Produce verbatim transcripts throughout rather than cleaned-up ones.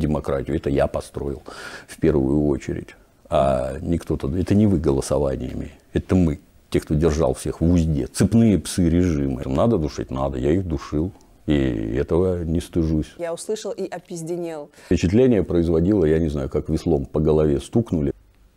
демократию. Это я построил в первую очередь. А не кто-то. Это не вы голосованиями. Это мы. Те, кто держал всех в узде. Цепные псы режима. Надо душить? Надо. Я их душил. И этого не стыжусь. Я услышал и опизденел. Впечатление производило, я не знаю, как веслом по голове стукнули.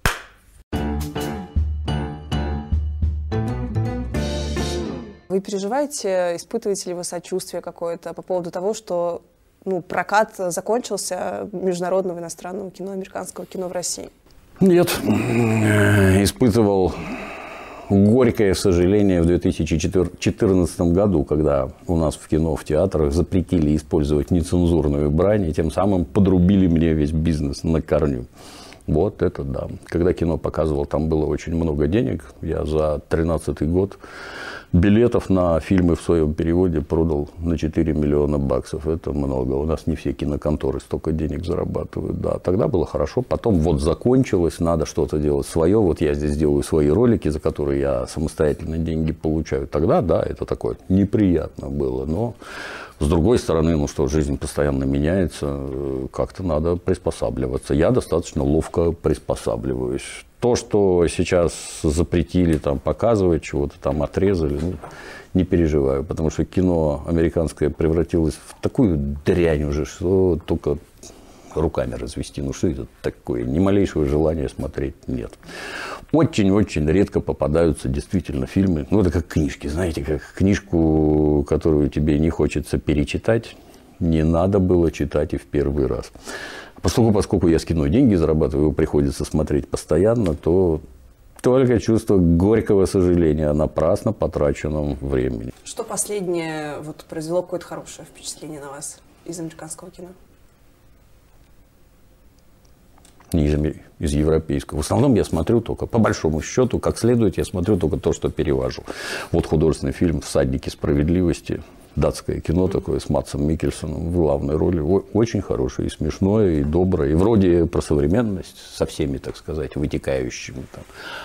Вы переживаете, испытываете ли вы сочувствие какое-то по поводу того, что ну, прокат закончился международного иностранного кино, американского кино в России? Нет. Испытывал горькое сожаление в две тысячи четырнадцатом году, когда у нас в кино, в театрах запретили использовать нецензурную брань, и тем самым подрубили мне весь бизнес на корню. Вот это да. Когда кино показывал, там было очень много денег. Я за тринадцатый год билетов на фильмы в своем переводе продал на четыре миллиона баксов. Это много. У нас не все киноконторы столько денег зарабатывают. Да, тогда было хорошо. Потом вот закончилось, надо что-то делать свое. Вот я здесь делаю свои ролики, за которые я самостоятельно деньги получаю. Тогда, да, это такое неприятно было. Но с другой стороны, ну что, жизнь постоянно меняется. Как-то надо приспосабливаться. Я достаточно ловко приспосабливаюсь. То, что сейчас запретили там, показывать, чего-то там отрезали, ну, не переживаю. Потому что кино американское превратилось в такую дрянь уже, что только руками развести. Ну, что это такое? Ни малейшего желания смотреть нет. Очень-очень редко попадаются действительно фильмы. Ну, это как книжки, знаете, как книжку, которую тебе не хочется перечитать, не надо было читать и в первый раз. Поскольку, поскольку я с кино деньги зарабатываю, его приходится смотреть постоянно, то только чувство горького сожаления о напрасно потраченном времени. Что последнее вот, произвело какое-то хорошее впечатление на вас из американского кино? Не из, из европейского. В основном я смотрю только, по большому счету, как следует, я смотрю только то, что перевожу. Вот художественный фильм «Всадники справедливости». Датское кино такое с Мадсом Миккельсоном в главной роли. Очень хорошее, и смешное, и доброе. И вроде про современность со всеми, так сказать, вытекающими. Там.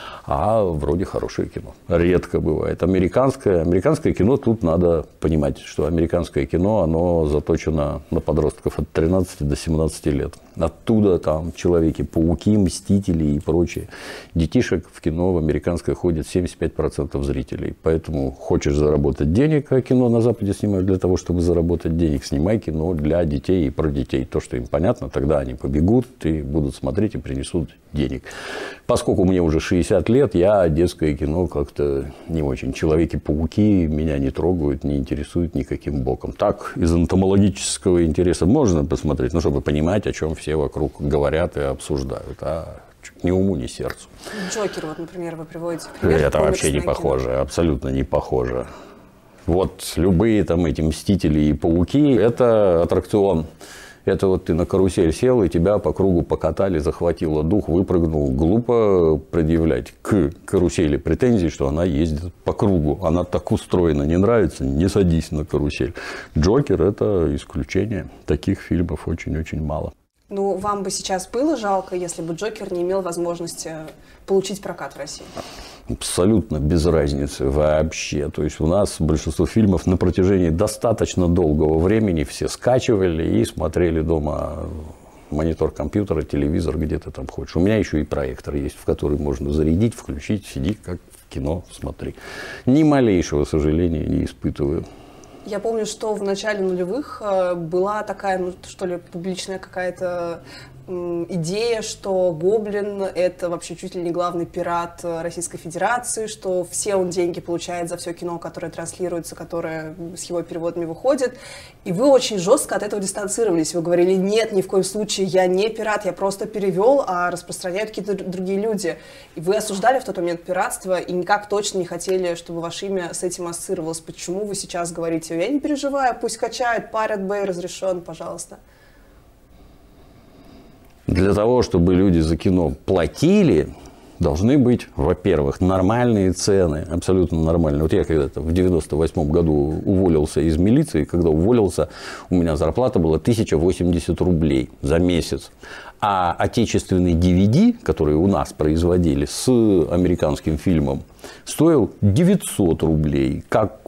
А вроде хорошее кино. Редко бывает. Американское, американское кино, тут надо понимать, что американское кино, оно заточено на подростков от тринадцати до семнадцати лет. Оттуда там Человеки-пауки, Мстители и прочее. Детишек в кино в американское ходит семьдесят пять процентов зрителей. Поэтому хочешь заработать денег, а кино на Западе снимают для того, чтобы заработать денег. Снимай кино для детей и про детей. То, что им понятно, тогда они побегут и будут смотреть и принесут денег. Поскольку мне уже шестьдесят лет, я детское кино как-то не очень. Человеки-пауки меня не трогают, не интересуют никаким боком. Так, из энтомологического интереса можно посмотреть, ну, чтобы понимать, о чем все вокруг говорят и обсуждают. А ни уму, ни сердцу. Джокер, вот, например, вы приводите пример. Это вообще не похоже, абсолютно не похоже. Вот любые там эти Мстители и Пауки – это аттракцион. Это вот ты на карусель сел, и тебя по кругу покатали, захватило дух, выпрыгнул. Глупо предъявлять к карусели претензии, что она ездит по кругу. Она так устроена, не нравится, не садись на карусель. Джокер – это исключение. Таких фильмов очень-очень мало. Ну, вам бы сейчас было жалко, если бы Джокер не имел возможности получить прокат в России? Абсолютно без разницы вообще. То есть у нас большинство фильмов на протяжении достаточно долгого времени все скачивали и смотрели дома монитор компьютера, телевизор, где ты там хочешь. У меня еще и проектор есть, в который можно зарядить, включить, сиди как в кино смотри. Ни малейшего сожаления не испытываю. Я помню, что в начале нулевых была такая, ну, что ли, публичная какая-то идея, что Гоблин – это вообще чуть ли не главный пират Российской Федерации, что все он деньги получает за все кино, которое транслируется, которое с его переводами выходит. И вы очень жестко от этого дистанцировались. Вы говорили: нет, ни в коем случае, я не пират, я просто перевел, а распространяют какие-то другие люди. И вы осуждали в тот момент пиратство и никак точно не хотели, чтобы ваше имя с этим ассоциировалось. Почему вы сейчас говорите: я не переживаю, пусть качают, Pirate Bay разрешен, пожалуйста? Для того, чтобы люди за кино платили, должны быть, во-первых, нормальные цены, абсолютно нормальные. Вот я когда-то в девяносто восьмом году уволился из милиции. Когда уволился, у меня зарплата была тысяча восемьдесят рублей за месяц. А отечественный ди ви ди, который у нас производили с американским фильмом, стоил девятьсот рублей. Как вот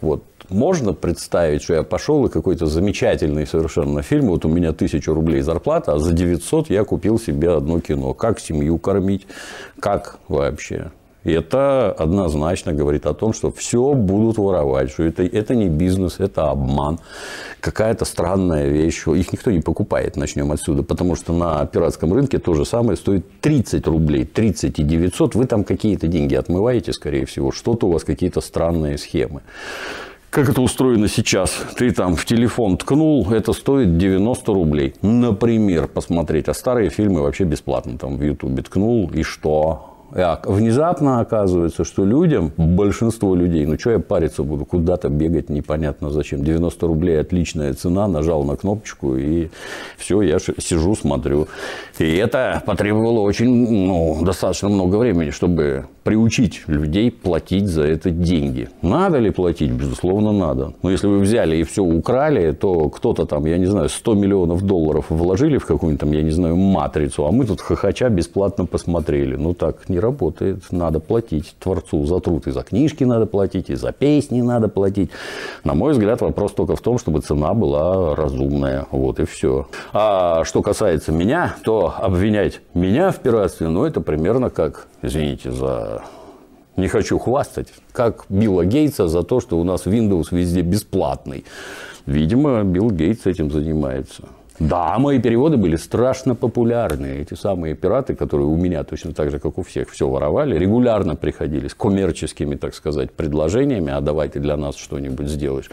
можно представить, что я пошел и какой-то замечательный совершенно фильм, вот у меня тысяча рублей зарплата, а за девятьсот я купил себе одно кино. Как семью кормить? Как вообще? И это однозначно говорит о том, что все будут воровать, что это, это не бизнес, это обман, какая-то странная вещь. Их никто не покупает, начнем отсюда, потому что на пиратском рынке то же самое стоит тридцать рублей, тридцать и девятьсот, вы там какие-то деньги отмываете, скорее всего, что-то у вас какие-то странные схемы. Как это устроено сейчас? Ты там в телефон ткнул, это стоит девяносто рублей. Например, посмотреть. А старые фильмы вообще бесплатно там в Ютубе ткнул, и что? Внезапно оказывается, что людям, большинство людей, ну что я париться буду, куда-то бегать непонятно зачем. девяносто рублей отличная цена, нажал на кнопочку и все, я сижу, смотрю. И это потребовало очень, ну, достаточно много времени, чтобы приучить людей платить за это деньги. Надо ли платить? Безусловно, надо. Но если вы взяли и все украли, то кто-то там, я не знаю, сто миллионов долларов вложили в какую-нибудь там, я не знаю, матрицу, а мы тут хохоча бесплатно посмотрели. Ну так не работает. Надо платить творцу за труд. И за книжки надо платить, и за песни надо платить. На мой взгляд, вопрос только в том, чтобы цена была разумная. Вот и все. А что касается меня, то обвинять меня в пиратстве, ну это примерно как, извините за... Не хочу хвастать, как Билла Гейтса за то, что у нас Windows везде бесплатный. Видимо, Билл Гейтс этим занимается. Да, мои переводы были страшно популярны. Эти самые пираты, которые у меня точно так же, как у всех, все воровали, регулярно приходили с коммерческими, так сказать, предложениями. А давай ты для нас что-нибудь сделаешь.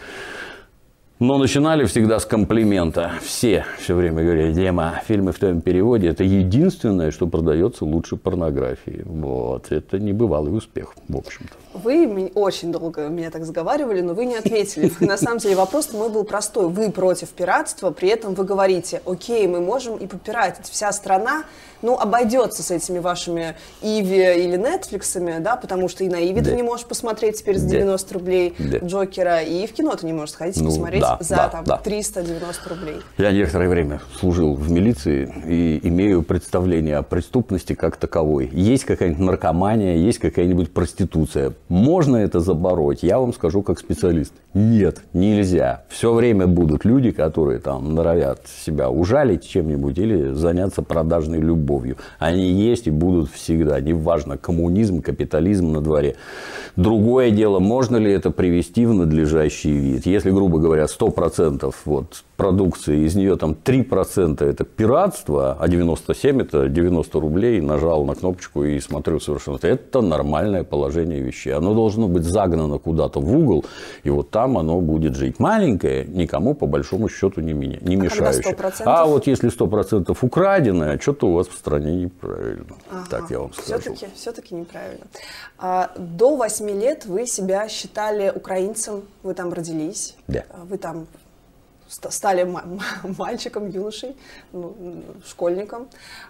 Но начинали всегда с комплимента. Все все время говорили: Дема, фильмы в твоем переводе – это единственное, что продается лучше порнографии. Вот. Это небывалый успех, в общем-то. Вы очень долго меня так заговаривали, но вы не ответили. На самом деле вопрос мой был простой. Вы против пиратства, при этом вы говорите: окей, мы можем и попиратить. Вся страна, ну, обойдется с этими вашими Иви или Нетфликсами, да, потому что и на Иви да. ты не можешь посмотреть теперь за девяносто да. рублей да. Джокера, и в кино ты не можешь сходить и ну, посмотреть да, за да, там, да. триста девяносто рублей. Я некоторое время служил в милиции и имею представление о преступности как таковой. Есть какая-нибудь наркомания, есть какая-нибудь проституция. Можно это забороть? Я вам скажу как специалист. Нет, нельзя. Все время будут люди, которые там норовят себя ужалить чем-нибудь или заняться продажной любовью. Они есть и будут всегда. Неважно, коммунизм, капитализм на дворе. Другое дело, можно ли это привести в надлежащий вид. Если, грубо говоря, сто процентов вот, продукции, из нее там три процента это пиратство, а девяносто семь это девяносто рублей, нажал на кнопочку и смотрю совершенно. Это нормальное положение вещей. Оно должно быть загнано куда-то в угол, и вот там оно будет жить. Маленькое, никому по большому счету не, меня, не мешающее. А вот если сто процентов украденное, что-то у вас в стране неправильно. Ага. Так я вам скажу. Все-таки, все-таки неправильно. А, до восьми лет вы себя считали украинцем, вы там родились, да. вы там стали мальчиком, юношей, ну, школьником.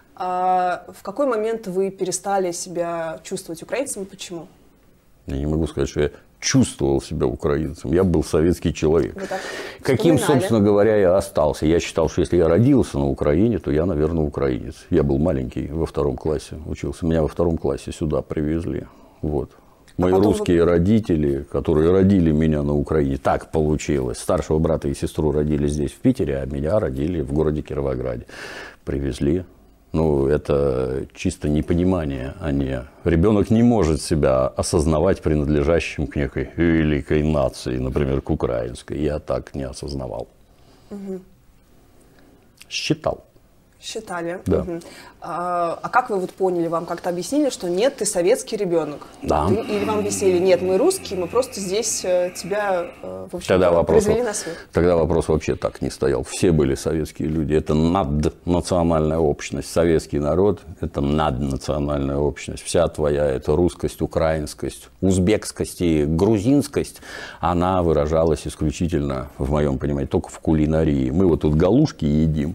А в какой момент вы перестали себя чувствовать украинцем и почему? Я не могу сказать, что я чувствовал себя украинцем. Я был советский человек. Каким, собственно говоря, я остался. Я считал, что если я родился на Украине, то я, наверное, украинец. Я был маленький, во втором классе учился. Меня во втором классе сюда привезли. Вот. Мои а русские вы... родители, которые родили меня на Украине, так получилось. Старшего брата и сестру родили здесь, в Питере, а меня родили в городе Кировограде. Привезли. Ну, это чисто непонимание, а не... Ребенок не может себя осознавать принадлежащим к некой великой нации, например, к украинской. Я так не осознавал. Угу. Считал. Считали. Да. Угу. А, а как вы вот поняли, вам как-то объяснили, что нет, ты советский ребенок? Да. Ты, или вам объяснили: нет, мы русские, мы просто здесь тебя, в общем, тогда произвели вопрос, на свет? Тогда вопрос вообще так не стоял. Все были советские люди. Это наднациональная общность. Советский народ – это наднациональная общность. Вся твоя эта русскость, украинскость, узбекскость и грузинскость, она выражалась исключительно, в моем понимании, только в кулинарии. Мы вот тут галушки едим.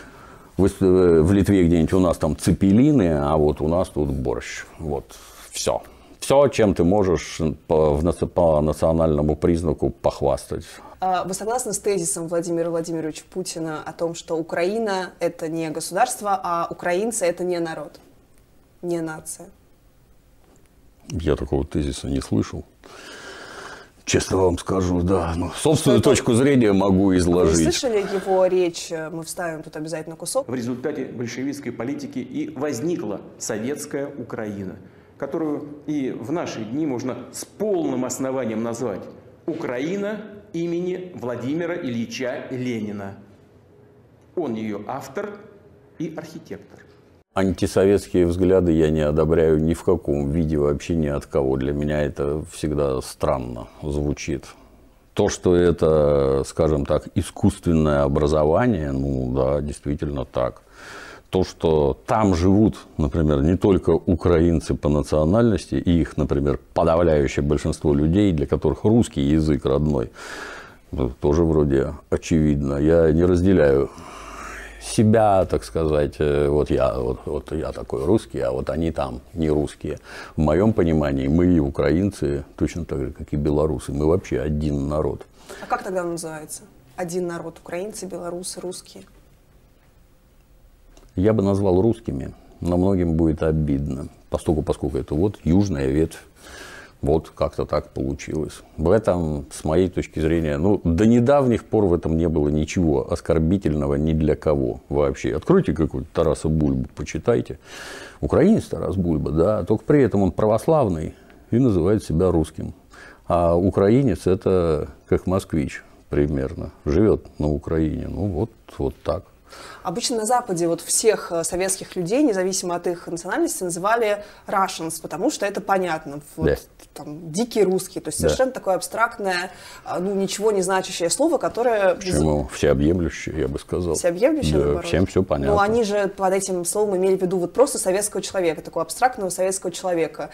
В Литве где-нибудь у нас там цепелины, а вот у нас тут борщ. Вот, все. Все, чем ты можешь по, по национальному признаку похвастать. Вы согласны с тезисом Владимира Владимировича Путина о том, что Украина – это не государство, а украинцы – это не народ, не нация? Я такого тезиса не слышал. Честно вам скажу, да. Ну, собственную что точку это... зрения могу изложить. Вы слышали его речь? Мы вставим тут обязательно кусок. В результате большевистской политики и возникла советская Украина, которую и в наши дни можно с полным основанием назвать Украина имени Владимира Ильича Ленина. Он ее автор и архитектор. Антисоветские взгляды я не одобряю ни в каком виде, вообще ни от кого. Для меня это всегда странно звучит. То, что это, скажем так, искусственное образование, ну да, действительно так. То, что там живут, например, не только украинцы по национальности, и их, например, подавляющее большинство людей, для которых русский язык родной, тоже вроде очевидно. Я не разделяю себя, так сказать, вот я, вот, вот я такой русский, а вот они там не русские. В моем понимании мы и украинцы, точно так же, как и белорусы, мы вообще один народ. А как тогда он называется? Один народ, украинцы, белорусы, русские? Я бы назвал русскими, но многим будет обидно, поскольку, поскольку это вот южная ветвь. Вот как-то так получилось. В этом, с моей точки зрения, ну, до недавних пор в этом не было ничего оскорбительного ни для кого вообще. Откройте какую-то Тараса Бульбу, почитайте. Украинец Тарас Бульба, да, только при этом он православный и называет себя русским. А украинец – это как москвич примерно, живет на Украине. Ну, вот, вот так. Обычно на Западе вот всех советских людей, независимо от их национальности, называли Russians, потому что это понятно. Вот, да. Там, дикие русские, то есть да. совершенно такое абстрактное, ну, ничего не значащее слово, которое... Почему? Всеобъемлющее, я бы сказал. Всеобъемлющее, да, наоборот. Всем все понятно. Но они же под этим словом имели в виду вот просто советского человека, такого абстрактного советского человека,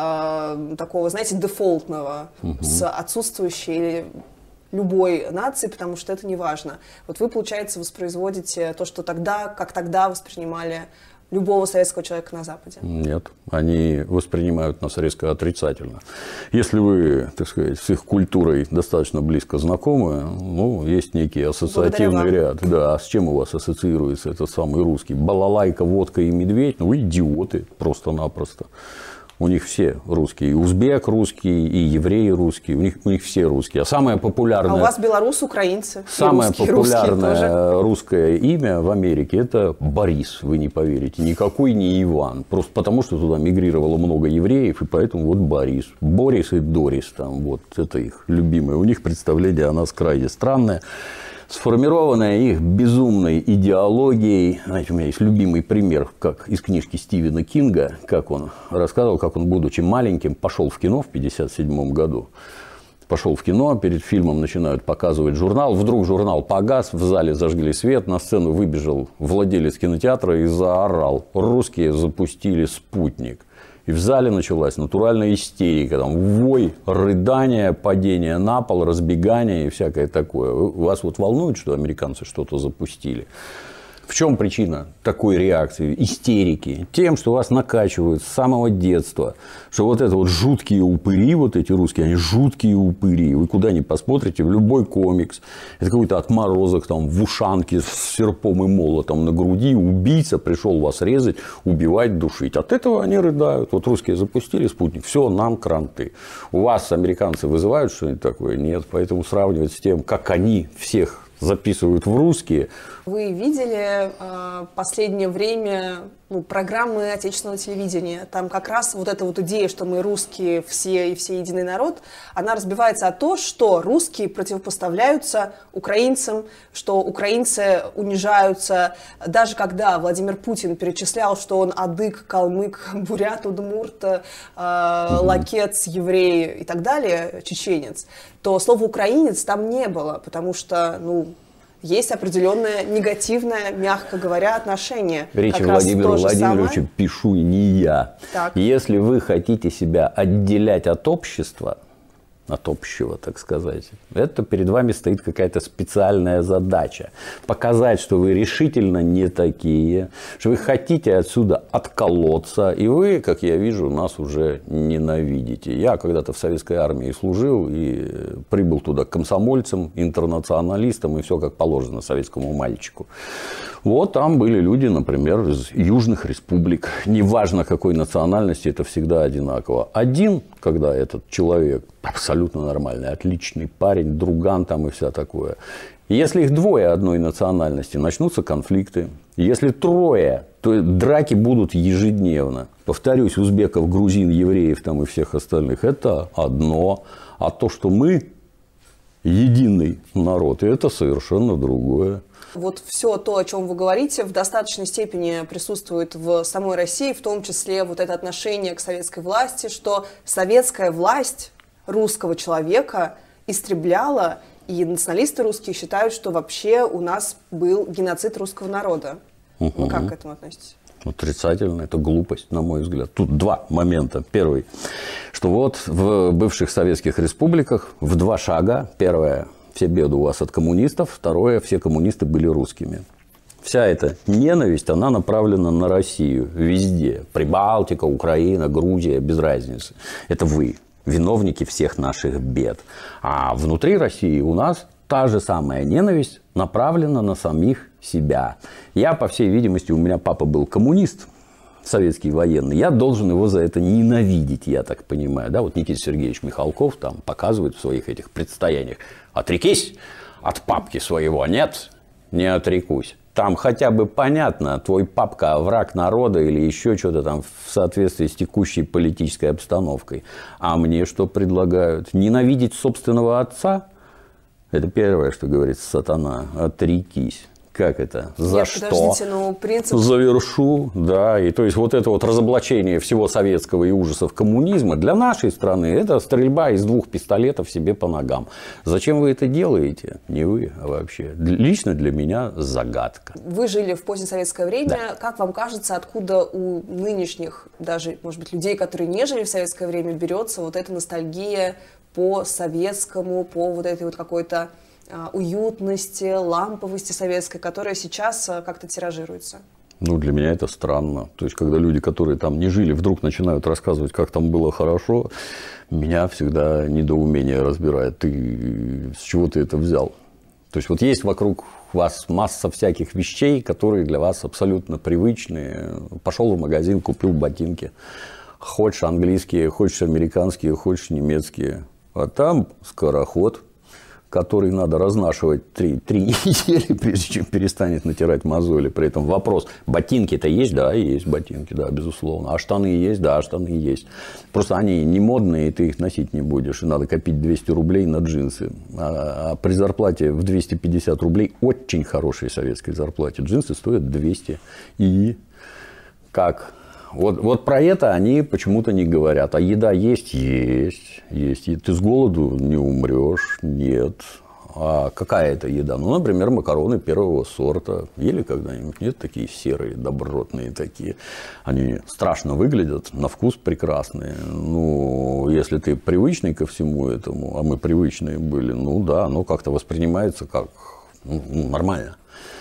э, такого, знаете, дефолтного, угу. с отсутствующей... любой нации, потому что это не важно. Вот вы, получается, воспроизводите то, что тогда, как тогда воспринимали любого советского человека на Западе. Нет, они воспринимают нас резко отрицательно. Если вы, так сказать, с их культурой достаточно близко знакомы, ну, есть некий ассоциативный ряд. Да, а с чем у вас ассоциируется этот самый русский? Балалайка, водка и медведь? Ну, вы идиоты просто-напросто. У них все русские. И узбек русский, и евреи русские. У них, у них все русские. А самое популярное... А у вас белорусы, украинцы. Самое русские, популярное русские русское имя в Америке – это Борис. Вы не поверите. Никакой не Иван. Просто потому, что туда мигрировало много евреев, и поэтому вот Борис. Борис и Дорис там. Вот это их любимое. У них представление о нас крайне странное. Сформированная их безумной идеологией. Знаете, у меня есть любимый пример, как из книжки Стивена Кинга, как он рассказывал, как он, будучи маленьким, пошел в кино в пятьдесят седьмом году. Пошел в кино, перед фильмом начинают показывать журнал. Вдруг журнал погас, в зале зажгли свет, на сцену выбежал владелец кинотеатра и заорал: русские запустили спутник. И в зале началась натуральная истерика, там вой, рыдание, падение на пол, разбегание и всякое такое. Вас вот волнует, что американцы что-то запустили? В чем причина такой реакции, истерики? Тем, что вас накачивают с самого детства, что вот это вот жуткие упыри, вот эти русские, они жуткие упыри. Вы куда ни посмотрите, в любой комикс, это какой-то отморозок там в ушанке с серпом и молотом на груди, убийца пришел вас резать, убивать, душить. От этого они рыдают. Вот русские запустили спутник, все, нам кранты. У вас американцы вызывают что-нибудь такое? Нет. Поэтому сравнивать с тем, как они всех записывают в русские. Вы видели э, последнее время ну, программы отечественного телевидения? Там как раз вот эта вот идея, что мы русские все и все единый народ, она разбивается о том, что русские противопоставляются украинцам, что украинцы унижаются. Даже когда Владимир Путин перечислял, что он адык, калмык, бурят, удмурт, э, лакец, еврей и так далее, чеченец, то слова «украинец» там не было, потому что, ну, есть определенное негативное, мягко говоря, отношение. Речь Владимиру Владимировичу пишу не я. Так. Если вы хотите себя отделять от общества, от общего, так сказать, это перед вами стоит какая-то специальная задача. Показать, что вы решительно не такие, что вы хотите отсюда отколоться, и вы, как я вижу, нас уже ненавидите. Я когда-то в советской армии служил и прибыл туда комсомольцем, интернационалистом, и все как положено советскому мальчику. Вот там были люди, например, из южных республик. Неважно какой национальности, это всегда одинаково. Один, когда этот человек абсолютно абсолютно нормальный, отличный парень, друган там и вся такое. Если их двое одной национальности, начнутся конфликты. Если трое, то драки будут ежедневно. Повторюсь, узбеков, грузин, евреев там и всех остальных – это одно. А то, что мы единый народ, это совершенно другое. Вот все то, о чем вы говорите, в достаточной степени присутствует в самой России, в том числе вот это отношение к советской власти, что советская власть русского человека истребляла, и националисты русские считают, что вообще у нас был геноцид русского народа. Угу. Вы как к этому относитесь? Отрицательно, это глупость, на мой взгляд. Тут два момента. Первый, что вот в бывших советских республиках в два шага, первое, все беды у вас от коммунистов, второе, все коммунисты были русскими. Вся эта ненависть, она направлена на Россию везде. Прибалтика, Украина, Грузия, без разницы. Это вы, виновники всех наших бед. А внутри России у нас та же самая ненависть направлена на самих себя. Я, по всей видимости, у меня папа был коммунист, советский военный. Я должен его за это ненавидеть, я так понимаю. Да, вот Никита Сергеевич Михалков там показывает в своих этих предстояниях. Отрекись от папки своего. Нет, не отрекусь. Там хотя бы понятно, твой папка враг народа или еще что-то там в соответствии с текущей политической обстановкой. А мне что предлагают? Ненавидеть собственного отца? Это первое, что говорит сатана. Отрекись. Как это? За Нет, что? Подождите, ну, принцип... Завершу, да. И то есть, вот это вот разоблачение всего советского и ужасов коммунизма для нашей страны – это стрельба из двух пистолетов себе по ногам. Зачем вы это делаете? Не вы, а вообще. Лично для меня загадка. Вы жили в позднесоветское время. Да. Как вам кажется, откуда у нынешних, даже, может быть, людей, которые не жили в советское время, берется вот эта ностальгия по советскому, по вот этой вот какой-то уютности, ламповости советской, которая сейчас как-то тиражируется? Ну, для меня это странно. То есть, когда люди, которые там не жили, вдруг начинают рассказывать, как там было хорошо, меня всегда недоумение разбирает. Ты с чего ты это взял? То есть, вот есть вокруг вас масса всяких вещей, которые для вас абсолютно привычные. Пошел в магазин, купил ботинки. Хочешь английские, хочешь американские, хочешь немецкие. А там скороход, который надо разнашивать три, три недели, прежде чем перестанет натирать мозоли. При этом вопрос, ботинки-то есть? Да, есть ботинки, да, безусловно. А штаны есть? Да, штаны есть. Просто они не модные, и ты их носить не будешь. И надо копить двести рублей на джинсы. А, а при зарплате в двести пятьдесят рублей, очень хорошей советской зарплате, джинсы стоят двести. И как... Вот, вот про это они почему-то не говорят. А еда есть? Есть. Есть. И ты с голоду не умрешь? Нет. А какая это еда? Ну, например, макароны первого сорта. Ели когда-нибудь? Нет, такие серые, добротные такие. Они страшно выглядят, на вкус прекрасные. Ну, если ты привычный ко всему этому, а мы привычные были, ну да, оно как-то воспринимается как ну, нормально.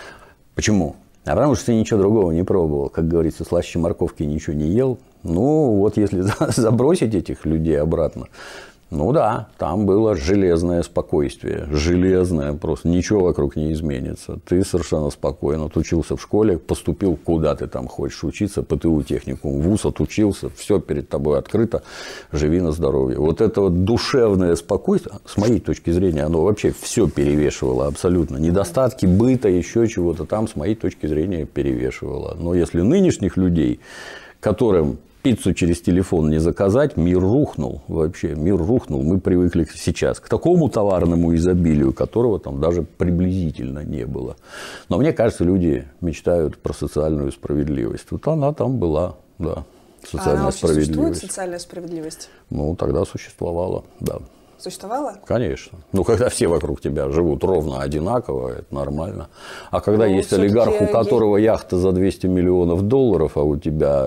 Почему? А потому что ты ничего другого не пробовал. Как говорится, слаще морковки ничего не ел. Ну, вот если забросить этих людей обратно, ну да, там было железное спокойствие. Железное просто. Ничего вокруг не изменится. Ты совершенно спокойно отучился в школе, поступил куда ты там хочешь учиться, ПТУ, техникум, вуз, отучился, все перед тобой открыто, живи на здоровье. Вот это вот душевное спокойствие, с моей точки зрения, оно вообще все перевешивало абсолютно. Недостатки быта, еще чего-то там, с моей точки зрения, перевешивало. Но если нынешних людей, которым пиццу через телефон не заказать, мир рухнул вообще, мир рухнул. Мы привыкли сейчас к такому товарному изобилию, которого там даже приблизительно не было. Но мне кажется, люди мечтают про социальную справедливость. Вот она там была, да, социальная а справедливость. Существует социальная справедливость? Ну, тогда существовала, да. Существовала? Конечно. Ну, когда все вокруг тебя живут ровно одинаково, это нормально. А когда ну, есть олигарх, у которого яхта за двести миллионов долларов, а у тебя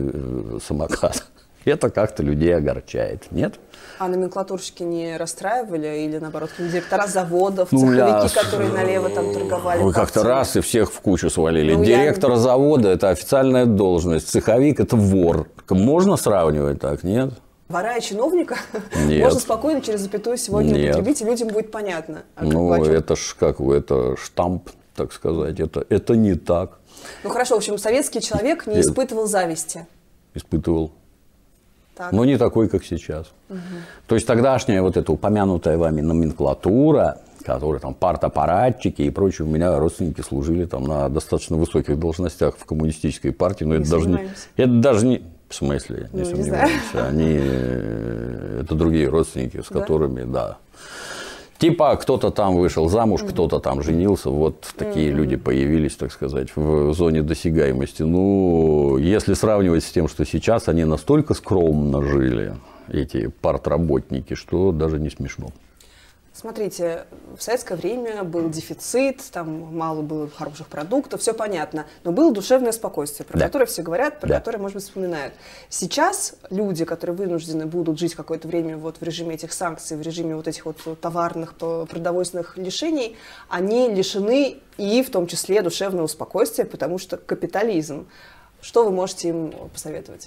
э, самокат, это как-то людей огорчает, нет? А номенклатурщики не расстраивали? Или, наоборот, директора заводов, ну, цеховики, ля... которые налево там торговали? Вы как-то раз и всех в кучу свалили. Ну, Директор я... завода – это официальная должность, цеховик – это вор. Можно сравнивать так, нет? Вора и чиновника Нет. можно спокойно через запятую сегодня Нет. употребить, и людям будет понятно. А ну, это ж как это штамп, так сказать. Это, это не так. Ну, хорошо, в общем, советский человек не Нет. испытывал зависти. Испытывал. Так. но не такой, как сейчас. Угу. То есть тогдашняя вот эта упомянутая вами номенклатура, которые там партаппаратчики и прочее, у меня родственники служили там на достаточно высоких должностях в коммунистической партии, но это даже, не, это даже не... В смысле, не ну, сомневаемся. Не Они, это другие родственники, с да? которыми, да. Типа кто-то там вышел замуж, mm-hmm. кто-то там женился. Вот такие mm-hmm. люди появились, так сказать, в зоне досягаемости. Ну, если сравнивать с тем, что сейчас, они настолько скромно жили, эти партработники, что даже не смешно. Смотрите, в советское время был дефицит, там мало было хороших продуктов, все понятно. Но было душевное спокойствие, про да. которое все говорят, про да. которое, может быть, вспоминают. Сейчас люди, которые вынуждены будут жить какое-то время вот в режиме этих санкций, в режиме вот этих вот товарных, продовольственных лишений, они лишены и в том числе душевного спокойствия, потому что капитализм. Что вы можете им посоветовать?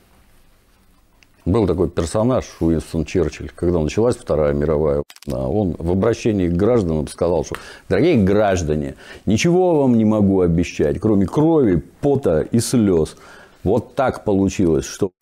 Был такой персонаж Уинстон Черчилль, когда началась Вторая мировая война, он в обращении к гражданам сказал, что, дорогие граждане, ничего вам не могу обещать, кроме крови, пота и слез. Вот так получилось, что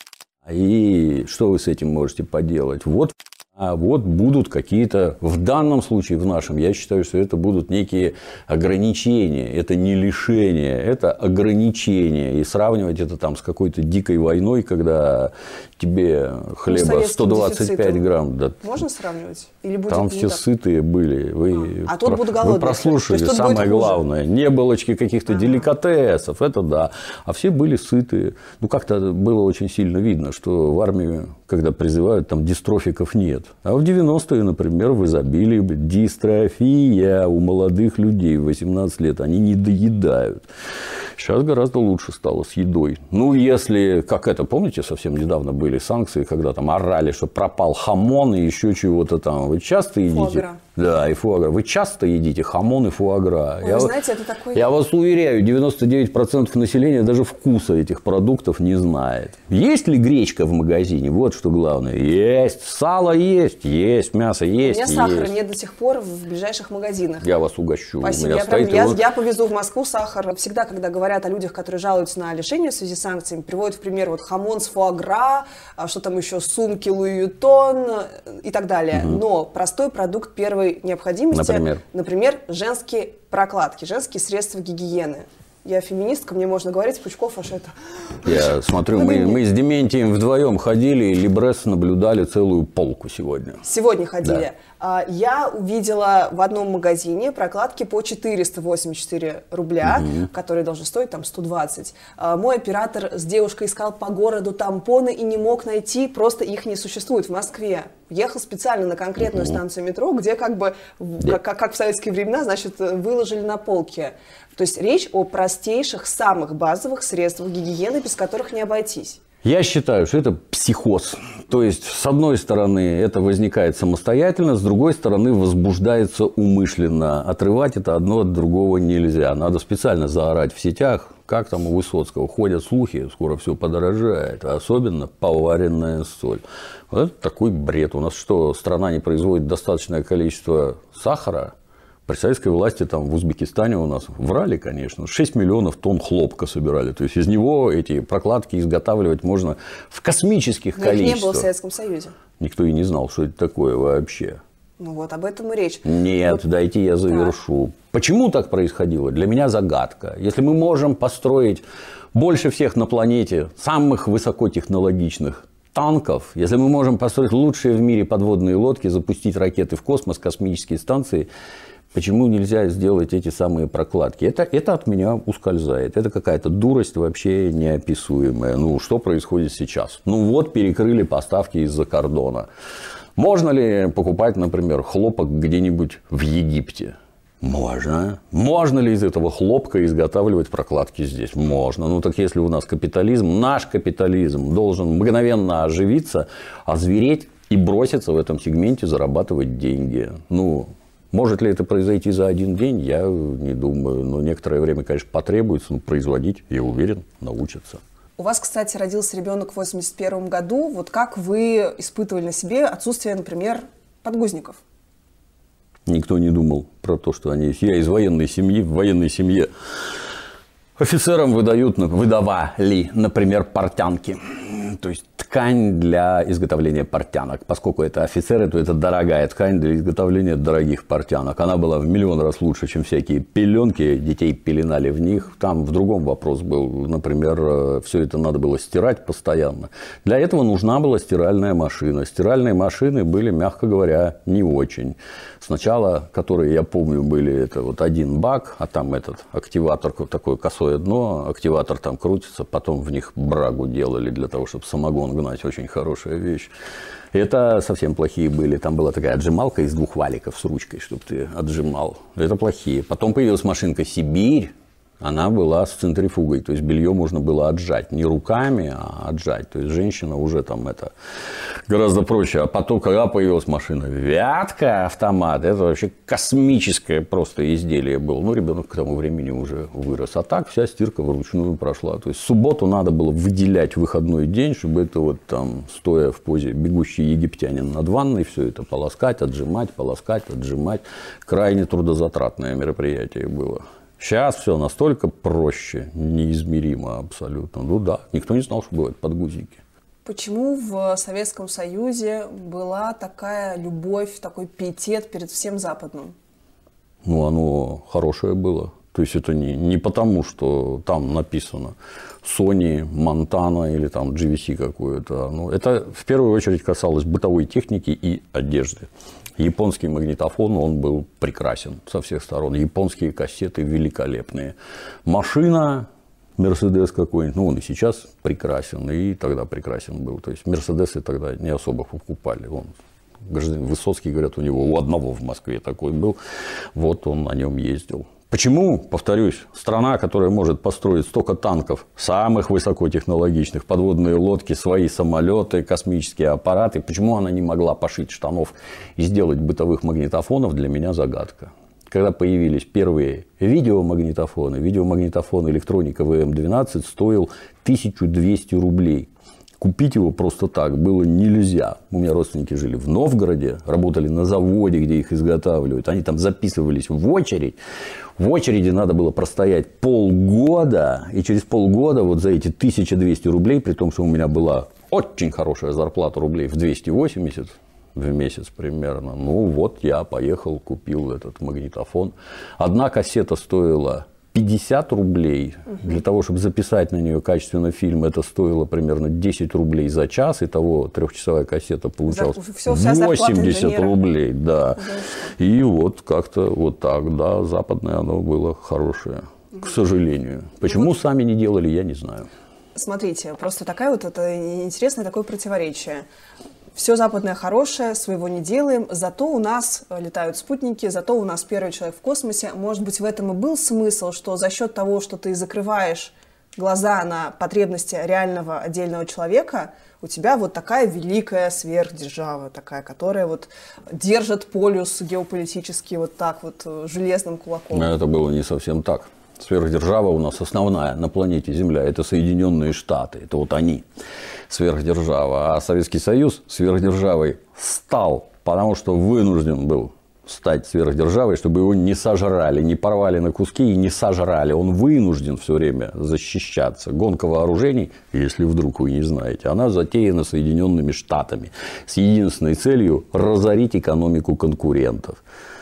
и что вы с этим можете поделать? Вот а вот будут какие-то, в данном случае, в нашем, я считаю, что это будут некие ограничения. Это не лишение, это ограничения. И сравнивать это там с какой-то дикой войной, когда тебе хлеба сто двадцать пять грамм. Да, можно сравнивать? Или будет там все так? Сытые были. Вы, а, а тут будут голодные. Вы прослушали самое главное. Не было каких-то ага. деликатесов, это да. А все были сытые. Ну, как-то было очень сильно видно, что в армию, когда призывают, там дистрофиков нет. А в девяностые, например, в изобилии дистрофия у молодых людей в восемнадцать лет. Они не доедают. Сейчас гораздо лучше стало с едой. Ну, если, как это, помните, совсем недавно были санкции, когда там орали, что пропал хамон и еще чего-то там. Вы часто едите? Фуагра. Да, и фуагра. Вы часто едите хамон и фуагра? Ой, я, вы знаете, это такой... я вас уверяю, девяносто девять процентов населения даже вкуса этих продуктов не знает. Есть ли гречка в магазине? Вот что главное. Есть. Сало есть. Есть. Мясо есть. У меня сахара есть. нет до сих пор в ближайших магазинах. Я вас угощу. Спасибо. Я, прям, я, я повезу в Москву сахар. Всегда, когда говорят о людях, которые жалуются на лишение в связи с санкциями, приводят в пример вот хамон с фуагра, что там еще сумки Луи Виттон и так далее. Угу. Но простой продукт первой необходимости, например? например, женские прокладки, женские средства гигиены. Я феминистка, мне можно говорить, Пучков, аж это... Я смотрю, мы, мы с Дементием вдвоем ходили, и Либрес наблюдали целую полку сегодня. Сегодня ходили. Да. Я увидела в одном магазине прокладки по четыреста восемьдесят четыре рубля, угу. которые должны стоить там сто двадцать. Мой оператор с девушкой искал по городу тампоны и не мог найти, просто их не существует в Москве. Ехал специально на конкретную угу. станцию метро, где как бы, как, как в советские времена, значит, выложили на полке. То есть речь о простейших, самых базовых средствах гигиены, без которых не обойтись. Я считаю, что это психоз. То есть, с одной стороны, это возникает самостоятельно, с другой стороны, возбуждается умышленно. Отрывать это одно от другого нельзя. Надо специально заорать в сетях, как там у Высоцкого. Ходят слухи, скоро все подорожает, а особенно поваренная соль. Вот это такой бред. У нас что, страна не производит достаточное количество сахара? При советской власти там в Узбекистане у нас врали, конечно, шесть миллионов тонн хлопка собирали. То есть из него эти прокладки изготавливать можно в космических Но количествах. Их не было в Советском Союзе. Никто и не знал, что это такое вообще. Ну вот об этом и речь. Нет, вот. Дайте я завершу. Да. Почему так происходило? Для меня загадка. Если мы можем построить больше всех на планете самых высокотехнологичных танков, если мы можем построить лучшие в мире подводные лодки, запустить ракеты в космос, космические станции, почему нельзя сделать эти самые прокладки? Это, это от меня ускользает. Это какая-то дурость вообще неописуемая. Ну, что происходит сейчас? Ну, вот перекрыли поставки из-за кордона. Можно ли покупать, например, хлопок где-нибудь в Египте? Можно. Можно ли из этого хлопка изготавливать прокладки здесь? Можно. Ну, так если у нас капитализм, наш капитализм должен мгновенно оживиться, озвереть и броситься в этом сегменте зарабатывать деньги. Ну, может ли это произойти за один день, я не думаю. Но некоторое время, конечно, потребуется. Но производить, я уверен, научатся. У вас, кстати, родился ребенок в восемьдесят первом году. Вот как вы испытывали на себе отсутствие, например, подгузников? Никто не думал про то, что они есть. Я из военной семьи, в военной семье офицерам выдают, выдавали, например, портянки. То есть ткань для изготовления портянок. Поскольку это офицеры, то это дорогая ткань для изготовления дорогих портянок. Она была в миллион раз лучше, чем всякие пеленки. Детей пеленали в них. Там в другом вопрос был. Например, все это надо было стирать постоянно. Для этого нужна была стиральная машина. Стиральные машины были, мягко говоря, не очень. Сначала, которые я помню, были это вот один бак, а там этот активатор, такое косое дно, активатор там крутится, потом в них брагу делали для того, чтобы самогон гнать. Очень хорошая вещь. Это совсем плохие были. Там была такая отжималка из двух валиков с ручкой, чтобы ты отжимал. Это плохие. Потом появилась машинка «Сибирь». Она была с центрифугой, то есть белье можно было отжать, не руками, а отжать. То есть женщина уже там это гораздо проще. А потом, когда появилась машина «Вятка», автомат, это вообще космическое просто изделие было. Ну, ребенок к тому времени уже вырос. А так вся стирка вручную прошла. То есть в субботу надо было выделять выходной день, чтобы это вот там, стоя в позе бегущий египтянин над ванной, все это полоскать, отжимать, полоскать, отжимать. Крайне трудозатратное мероприятие было. Сейчас все настолько проще, неизмеримо абсолютно. Ну да, никто не знал, что бывают подгузники. Почему в Советском Союзе была такая любовь, такой пиетет перед всем западным? Ну, оно хорошее было. То есть это не, не потому, что там написано Sony, Montana или там джи ви си какое-то. Ну, это в первую очередь касалось бытовой техники и одежды. Японский магнитофон, он был прекрасен со всех сторон. Японские кассеты великолепные. Машина, Мерседес какой-нибудь, ну, он и сейчас прекрасен, и тогда прекрасен был. То есть Мерседесы тогда не особо покупали. Он, гражданин Высоцкий, говорят, у него у одного в Москве такой был. Вот он на нем ездил. Почему, повторюсь, страна, которая может построить столько танков, самых высокотехнологичных, подводные лодки, свои самолеты, космические аппараты, почему она не могла пошить штанов и сделать бытовых магнитофонов, для меня загадка. Когда появились первые видеомагнитофоны, видеомагнитофон электроника вэ эм двенадцать стоил тысячу двести рублей. Купить его просто так было нельзя. У меня родственники жили в Новгороде, работали на заводе, где их изготавливают. Они там записывались в очередь. В очереди надо было простоять полгода. И через полгода вот за эти тысячу двести рублей, при том, что у меня была очень хорошая зарплата рублей в двести восемьдесят в месяц примерно. Ну вот я поехал, купил этот магнитофон. Одна кассета стоила пятьдесят рублей. Для того, чтобы записать на нее качественный фильм, это стоило примерно десять рублей за час. Итого трехчасовая кассета получалась все, восемьдесят рублей. Да. И вот как-то вот так, да, западное оно было хорошее, к сожалению. Почему вот сами не делали, я не знаю. Смотрите, просто такая вот это интересное такое противоречие. Все западное хорошее, своего не делаем, зато у нас летают спутники, зато у нас первый человек в космосе. Может быть, в этом и был смысл, что за счет того, что ты закрываешь глаза на потребности реального отдельного человека, у тебя вот такая великая сверхдержава, такая, которая вот держит полюс геополитический вот так вот железным кулаком. Это было не совсем так. Сверхдержава у нас основная на планете Земля – это Соединенные Штаты, это вот они, сверхдержава. А Советский Союз сверхдержавой стал, потому что вынужден был стать сверхдержавой, чтобы его не сожрали, не порвали на куски и не сожрали. Он вынужден все время защищаться. Гонка вооружений, если вдруг вы не знаете, она затеяна Соединенными Штатами с единственной целью разорить экономику конкурентов.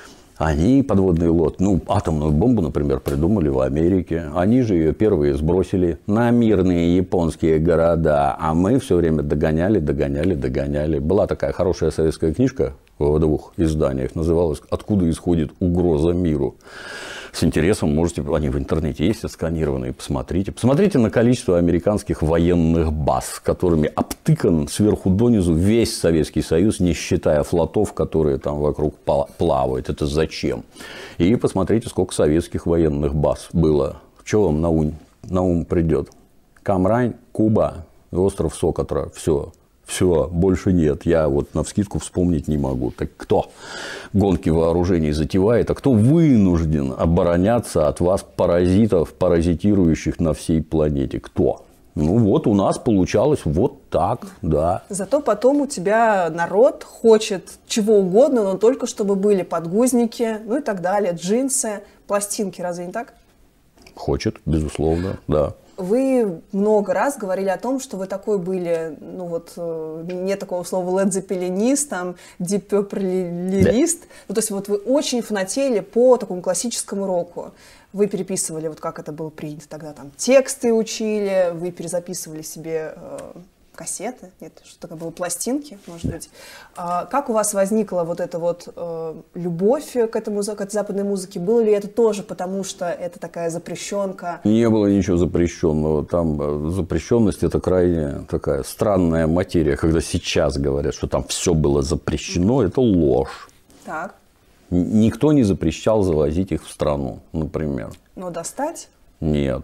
Они подводные лодки, ну, атомную бомбу, например, придумали в Америке. Они же ее первые сбросили на мирные японские города. А мы все время догоняли, догоняли, догоняли. Была такая хорошая советская книжка в двух изданиях. Называлась «Откуда исходит угроза миру». С интересом можете, они в интернете есть отсканированные, посмотрите. Посмотрите на количество американских военных баз, которыми обтыкан сверху донизу весь Советский Союз, не считая флотов, которые там вокруг плавают. Это зачем? И посмотрите, сколько советских военных баз было. Что вам на ум, на ум придет? Камрань, Куба, остров Сокотра. Все. Все, больше нет. Я вот навскидку вспомнить не могу. Так кто гонки вооружений затевает, а кто вынужден обороняться от вас, паразитов, паразитирующих на всей планете? Кто? Ну вот у нас получалось вот так, да. Зато потом у тебя народ хочет чего угодно, но только чтобы были подгузники, ну и так далее, джинсы, пластинки. Разве не так? Хочет, безусловно, да. Вы много раз говорили о том, что вы такой были, ну вот, нет такого слова Led Zeppelin-ист, там, Deep Purple-лирист. Да. Ну, то есть вот вы очень фанатели по такому классическому року. Вы переписывали, вот как это было принято тогда, там, тексты учили, вы перезаписывали себе э, кассеты, нет, что такое было, пластинки, может быть. А как у вас возникла вот эта вот э, любовь к, этому, к этой западной музыке? Было ли это тоже потому, что это такая запрещенка? Не было ничего запрещенного. Там запрещенность – это крайне такая странная материя. Когда сейчас говорят, что там все было запрещено, это ложь. Так. Никто не запрещал завозить их в страну, например. Но достать? Нет.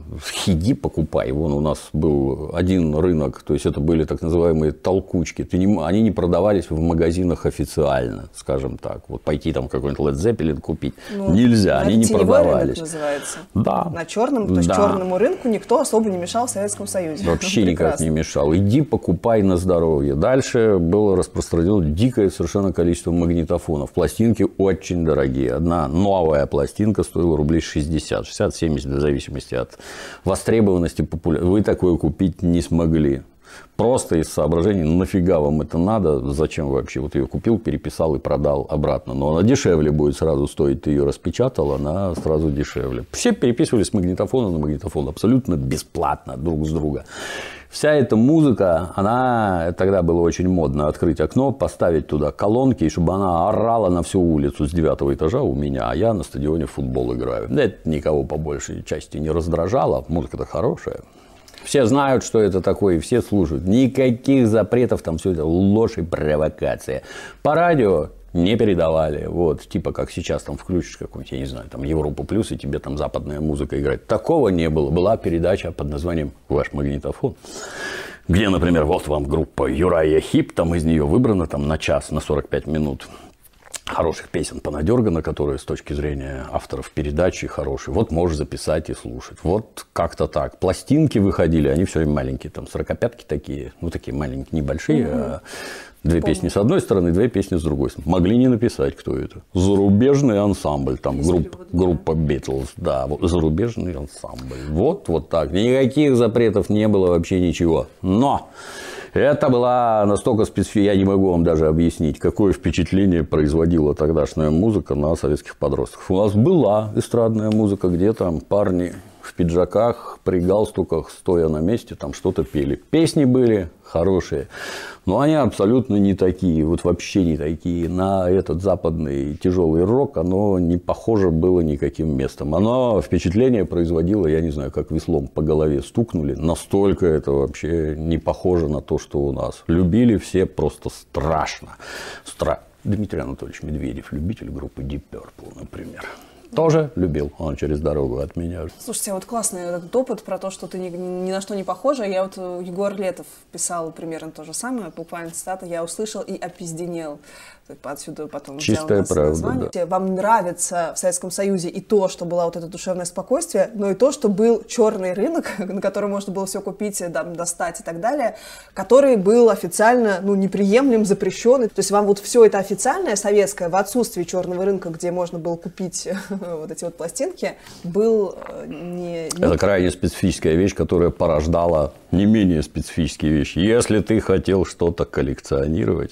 Иди покупай. Вон у нас был один рынок, то есть это были так называемые толкучки. Ты не, они не продавались в магазинах официально, скажем так. Вот пойти там какой-нибудь Led Zeppelin купить ну, нельзя, они не продавались. Рынок называется. Да. На черном, то есть да. черному рынку никто особо не мешал в Советском Союзе. Вообще никак не мешал. Иди покупай на здоровье. Дальше было распространено дикое совершенно количество магнитофонов. Пластинки очень дорогие. Одна новая пластинка стоила рублей шестьдесят, шестьдесят-семьдесят, в зависимости от востребованности, популярности. Вы такое купить не смогли. Просто из соображений, нафига вам это надо, зачем вообще? Вот ее купил, переписал и продал обратно. Но она дешевле будет сразу стоить, ты ее распечатал, она сразу дешевле. Все переписывались с магнитофона на магнитофон абсолютно бесплатно друг с друга. Вся эта музыка, она тогда было очень модно открыть окно, поставить туда колонки, и чтобы она орала на всю улицу с девятого этажа у меня, а я на стадионе в футбол играю. Это никого по большей части не раздражало, музыка-то хорошая. Все знают, что это такое, и все слушают. Никаких запретов, там все это ложь и провокация. По радио не передавали. Вот, типа как сейчас там включишь какую-нибудь, я не знаю, там Европу плюс, и тебе там западная музыка играет. Такого не было. Была передача под названием «Ваш магнитофон», где, например, вот вам группа Юрайя Хип, там из нее выбрано там на час, на сорок пять минут хороших песен понадергано, которые с точки зрения авторов передачи хорошие. Вот можешь записать и слушать. Вот как-то так. Пластинки выходили, они все время маленькие, там сорокопятки такие, ну такие маленькие, небольшие, mm-hmm. а две Помню. песни с одной стороны, две песни с другой. Могли не написать, кто это. Зарубежный ансамбль, там групп, группа Beatles, да, вот, зарубежный ансамбль. Вот, вот так. Никаких запретов не было, вообще ничего. Но это была настолько специфическая, я не могу вам даже объяснить, какое впечатление производила тогдашняя музыка на советских подростков. У нас была эстрадная музыка, где там парни в пиджаках, при галстуках, стоя на месте, там что-то пели. Песни были хорошие, но они абсолютно не такие, вот вообще не такие. На этот западный тяжелый рок оно не похоже было никаким местом. Оно впечатление производило, я не знаю, как веслом по голове стукнули. Настолько это вообще не похоже на то, что у нас. Любили все просто страшно. Стра... Дмитрий Анатольевич Медведев, любитель группы Deep Purple, например. Тоже любил, он через дорогу от меня. Слушайте, а вот классный этот опыт про то, что ты ни, ни на что не похожа. Я вот, Егор Летов писал примерно то же самое, буквально цитата, я услышал и опизденел. Отсюда потом чистая правда, да. Вам нравится в Советском Союзе и то, что было вот это душевное спокойствие, но и то, что был черный рынок, на котором можно было все купить, там, достать и так далее, который был официально, ну, неприемлем, запрещенный. То есть вам вот все это официальное, советское, в отсутствии черного рынка, где можно было купить вот эти вот пластинки, был не... Это крайне специфическая вещь, которая порождала не менее специфические вещи. Если ты хотел что-то коллекционировать,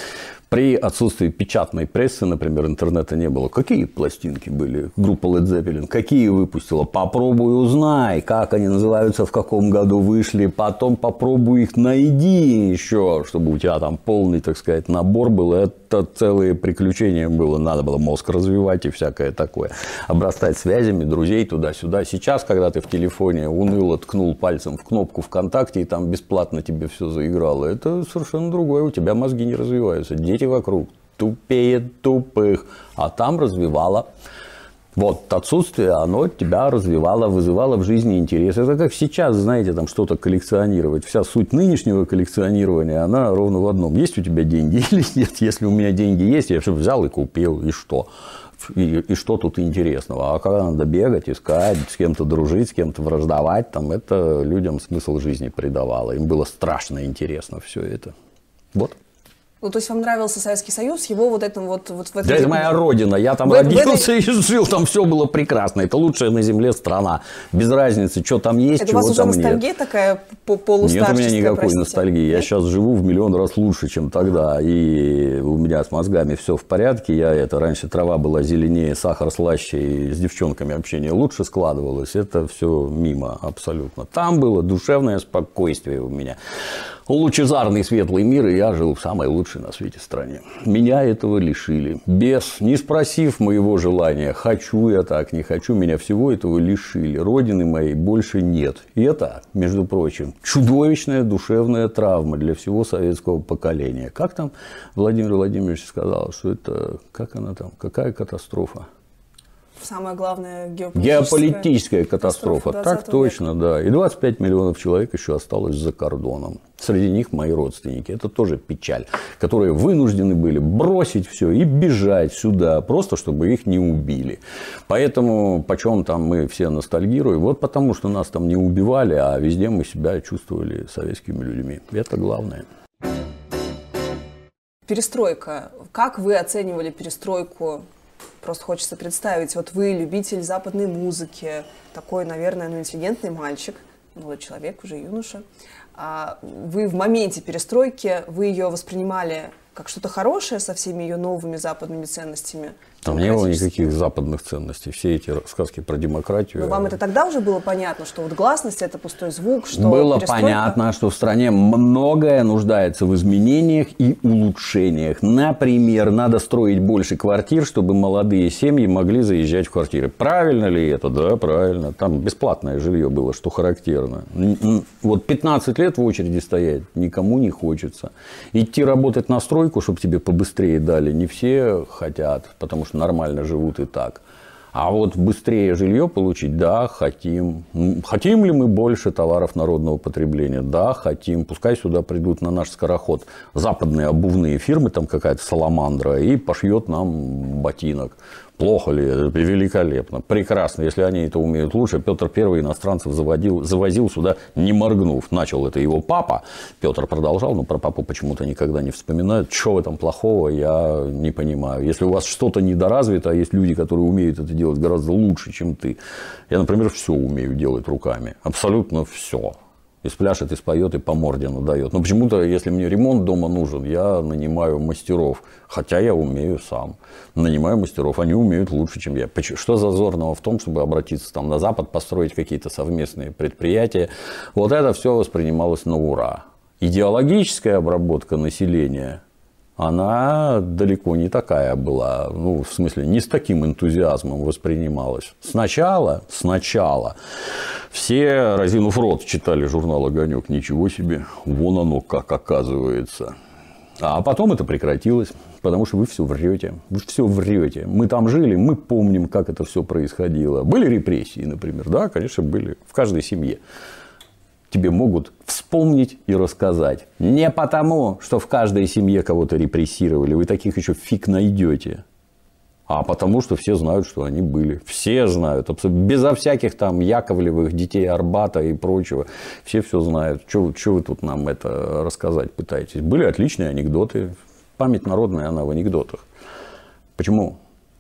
при отсутствии печатной прессы, например, интернета не было. Какие пластинки были? Группа Led Zeppelin. Какие выпустила? Попробуй узнай, как они называются, в каком году вышли. Потом попробуй их найди еще, чтобы у тебя там полный, так сказать, набор был. Это целые приключения было. Надо было мозг развивать и всякое такое. Обрастать связями, друзей туда-сюда. Сейчас, когда ты в телефоне уныло ткнул пальцем в кнопку ВКонтакте и там бесплатно тебе все заиграло, это совершенно другое. У тебя мозги не развиваются. Дети вокруг тупее тупых, а там развивало. Вот отсутствие, оно тебя развивало, вызывало в жизни интерес. Это как сейчас, знаете, там что-то коллекционировать. Вся суть нынешнего коллекционирования, она ровно в одном. Есть у тебя деньги или нет? Если у меня деньги есть, я все взял и купил, и что? И, и что тут интересного? А когда надо бегать, искать, с кем-то дружить, с кем-то враждовать, там это людям смысл жизни придавало. Им было страшно интересно все это. Вот. Ну, то есть вам нравился Советский Союз, его вот этим вот... вот в да, это моя родина, я там в, родился в этой... и жил, там все было прекрасно. Это лучшая на земле страна. Без разницы, что там есть, это чего там нет. Это у вас уже ностальгия нет. такая полустарческая? Нет у меня никакой простите. ностальгии. Я сейчас живу в миллион раз лучше, чем тогда. И у меня с мозгами все в порядке. Я это раньше трава была зеленее, сахар слаще, и с девчонками общение лучше складывалось. Это все мимо абсолютно. Там было душевное спокойствие у меня. Лучезарный светлый мир, и я жил в самой лучшей на свете стране. Меня этого лишили. Без, не спросив моего желания, хочу я так, не хочу, меня всего этого лишили. Родины моей больше нет. И это, между прочим, чудовищная душевная травма для всего советского поколения. Как там Владимир Владимирович сказал, что это, как она там, какая катастрофа? Самая главная геополитическая, геополитическая катастрофа. Так точно, века. Да. И двадцать пять миллионов человек еще осталось за кордоном. Среди них мои родственники. Это тоже печаль. Которые вынуждены были бросить все и бежать сюда. Просто чтобы их не убили. Поэтому почем там мы все ностальгируем. Вот потому что нас там не убивали, а везде мы себя чувствовали советскими людьми. Это главное. Перестройка. Как вы оценивали перестройку? Просто хочется представить, вот вы любитель западной музыки, такой, наверное, ну, интеллигентный мальчик, молодой человек, уже юноша. А вы в моменте перестройки, вы ее воспринимали как что-то хорошее со всеми ее новыми западными ценностями? Там не было никаких западных ценностей. Все эти сказки про демократию. Но вам это тогда уже было понятно, что вот гласность – это пустой звук, что было перестройка... понятно, что в стране многое нуждается в изменениях и улучшениях. Например, надо строить больше квартир, чтобы молодые семьи могли заезжать в квартиры. Правильно ли это? Да, правильно. Там бесплатное жилье было, что характерно. Вот пятнадцать лет в очереди стоять никому не хочется. Идти работать на стройку, чтобы тебе побыстрее дали, не все хотят, потому что нормально живут и так. А вот быстрее жилье получить, да, хотим. Хотим ли мы больше товаров народного потребления? Да, хотим. Пускай сюда придут на наш скороход западные обувные фирмы, там какая-то Саламандра, и пошьет нам ботинок. Плохо ли? Великолепно. Прекрасно. Если они это умеют лучше. Петр Первый иностранцев заводил, завозил сюда, не моргнув. Начал это его папа. Петр продолжал, но про папу почему-то никогда не вспоминают. Что в этом плохого, я не понимаю. Если у вас что-то недоразвито, а есть люди, которые умеют это делать гораздо лучше, чем ты. Я, например, все умею делать руками. Абсолютно все. И спляшет, и споет, и по морде надает. Но почему-то, если мне ремонт дома нужен, я нанимаю мастеров. Хотя я умею сам. Нанимаю мастеров. Они умеют лучше, чем я. Что зазорного в том, чтобы обратиться там на Запад, построить какие-то совместные предприятия? Вот это все воспринималось на ура. Идеологическая обработка населения, она далеко не такая была. Ну, в смысле, не с таким энтузиазмом воспринималась. Сначала, сначала все, разинув рот, читали журнал «Огонек». Ничего себе, вон оно как оказывается. А потом это прекратилось, потому что вы все врете. Вы все врете. Мы там жили, мы помним, как это все происходило. Были репрессии, например? Да, конечно, были. В каждой семье. Тебе могут вспомнить и рассказать. Не потому, что в каждой семье кого-то репрессировали. Вы таких еще фиг найдете. А потому, что все знают, что они были. Все знают. Безо всяких там Яковлевых, детей Арбата и прочего. Все все знают. Что вы тут нам это рассказать пытаетесь? Были отличные анекдоты. Память народная, она в анекдотах. Почему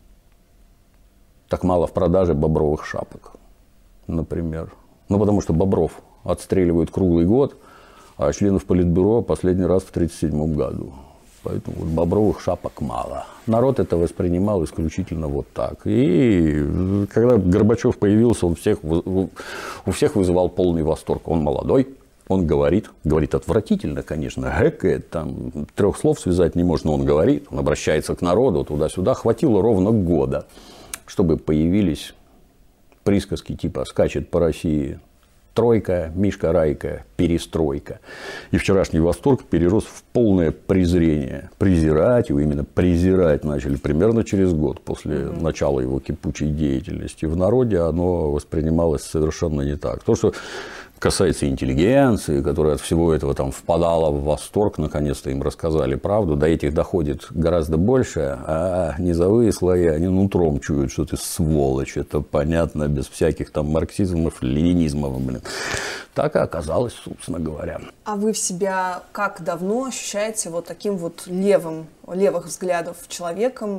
так мало в продаже бобровых шапок, например? Ну, потому что бобров отстреливают круглый год, а членов Политбюро последний раз в тысяча девятьсот тридцать седьмом году. Поэтому вот бобровых шапок мало. Народ это воспринимал исключительно вот так. И когда Горбачев появился, он всех, у всех вызывал полный восторг. Он молодой, он говорит, говорит отвратительно, конечно, гэкает, там трех слов связать не может, но он говорит, он обращается к народу, туда-сюда. Хватило ровно года, чтобы появились присказки типа «скачет по России тройка, Мишка Райка, перестройка». И вчерашний восторг перерос в полное презрение. Презирать его, именно презирать начали примерно через год после mm-hmm. начала его кипучей деятельности. В народе оно воспринималось совершенно не так. То, что касается интеллигенции, которая от всего этого там впадала в восторг, наконец-то им рассказали правду, до этих доходит гораздо больше, а низовые слои, они нутром чуют, что ты сволочь, это понятно, без всяких там марксизмов, ленинизмов, блин. Так и оказалось, собственно говоря. А вы в себя как давно ощущаете вот таким вот левым, левых взглядов человеком,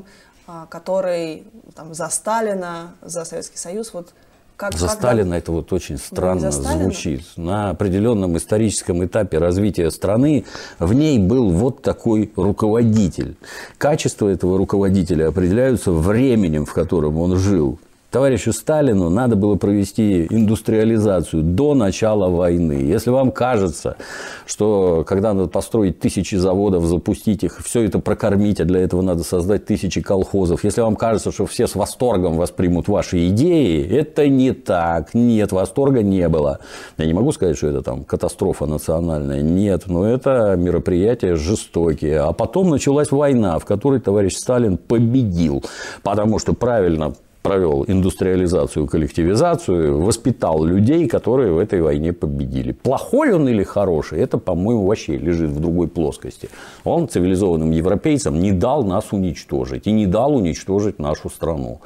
который там за Сталина, за Советский Союз, вот Как, за как Сталина да? это вот очень странно Сталина? звучит. На определенном историческом этапе развития страны в ней был вот такой руководитель. Качества этого руководителя определяются временем, в котором он жил. Товарищу Сталину надо было провести индустриализацию до начала войны. Если вам кажется, что когда надо построить тысячи заводов, запустить их, все это прокормить, а для этого надо создать тысячи колхозов, если вам кажется, что все с восторгом воспримут ваши идеи, это не так. Нет, восторга не было. Я не могу сказать, что это там катастрофа национальная. Нет, но это мероприятия жестокие. А потом началась война, в которой товарищ Сталин победил, потому что правильно провел индустриализацию, коллективизацию, воспитал людей, которые в этой войне победили. Плохой он или хороший, это, по-моему, вообще лежит в другой плоскости. Он цивилизованным европейцам не дал нас уничтожить и не дал уничтожить нашу страну.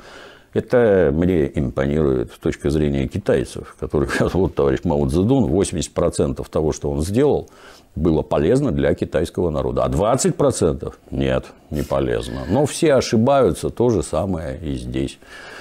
Это мне импонирует с точки зрения китайцев, которых зовут товарищ Мао Цзэдун. восемьдесят процентов того, что он сделал, было полезно для китайского народа. А двадцать процентов нет, не полезно. Но все ошибаются, то же самое и здесь.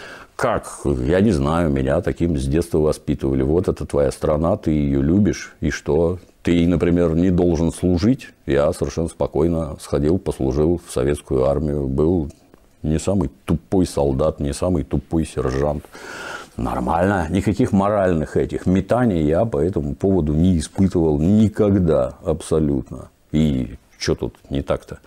Как? Я не знаю, меня таким с детства воспитывали. Вот это твоя страна, ты ее любишь, и что? Ты, например, не должен служить. Я совершенно спокойно сходил, послужил в советскую армию, был не самый тупой солдат, не самый тупой сержант. Нормально. Никаких моральных этих метаний я по этому поводу не испытывал никогда абсолютно. И что тут не так-то?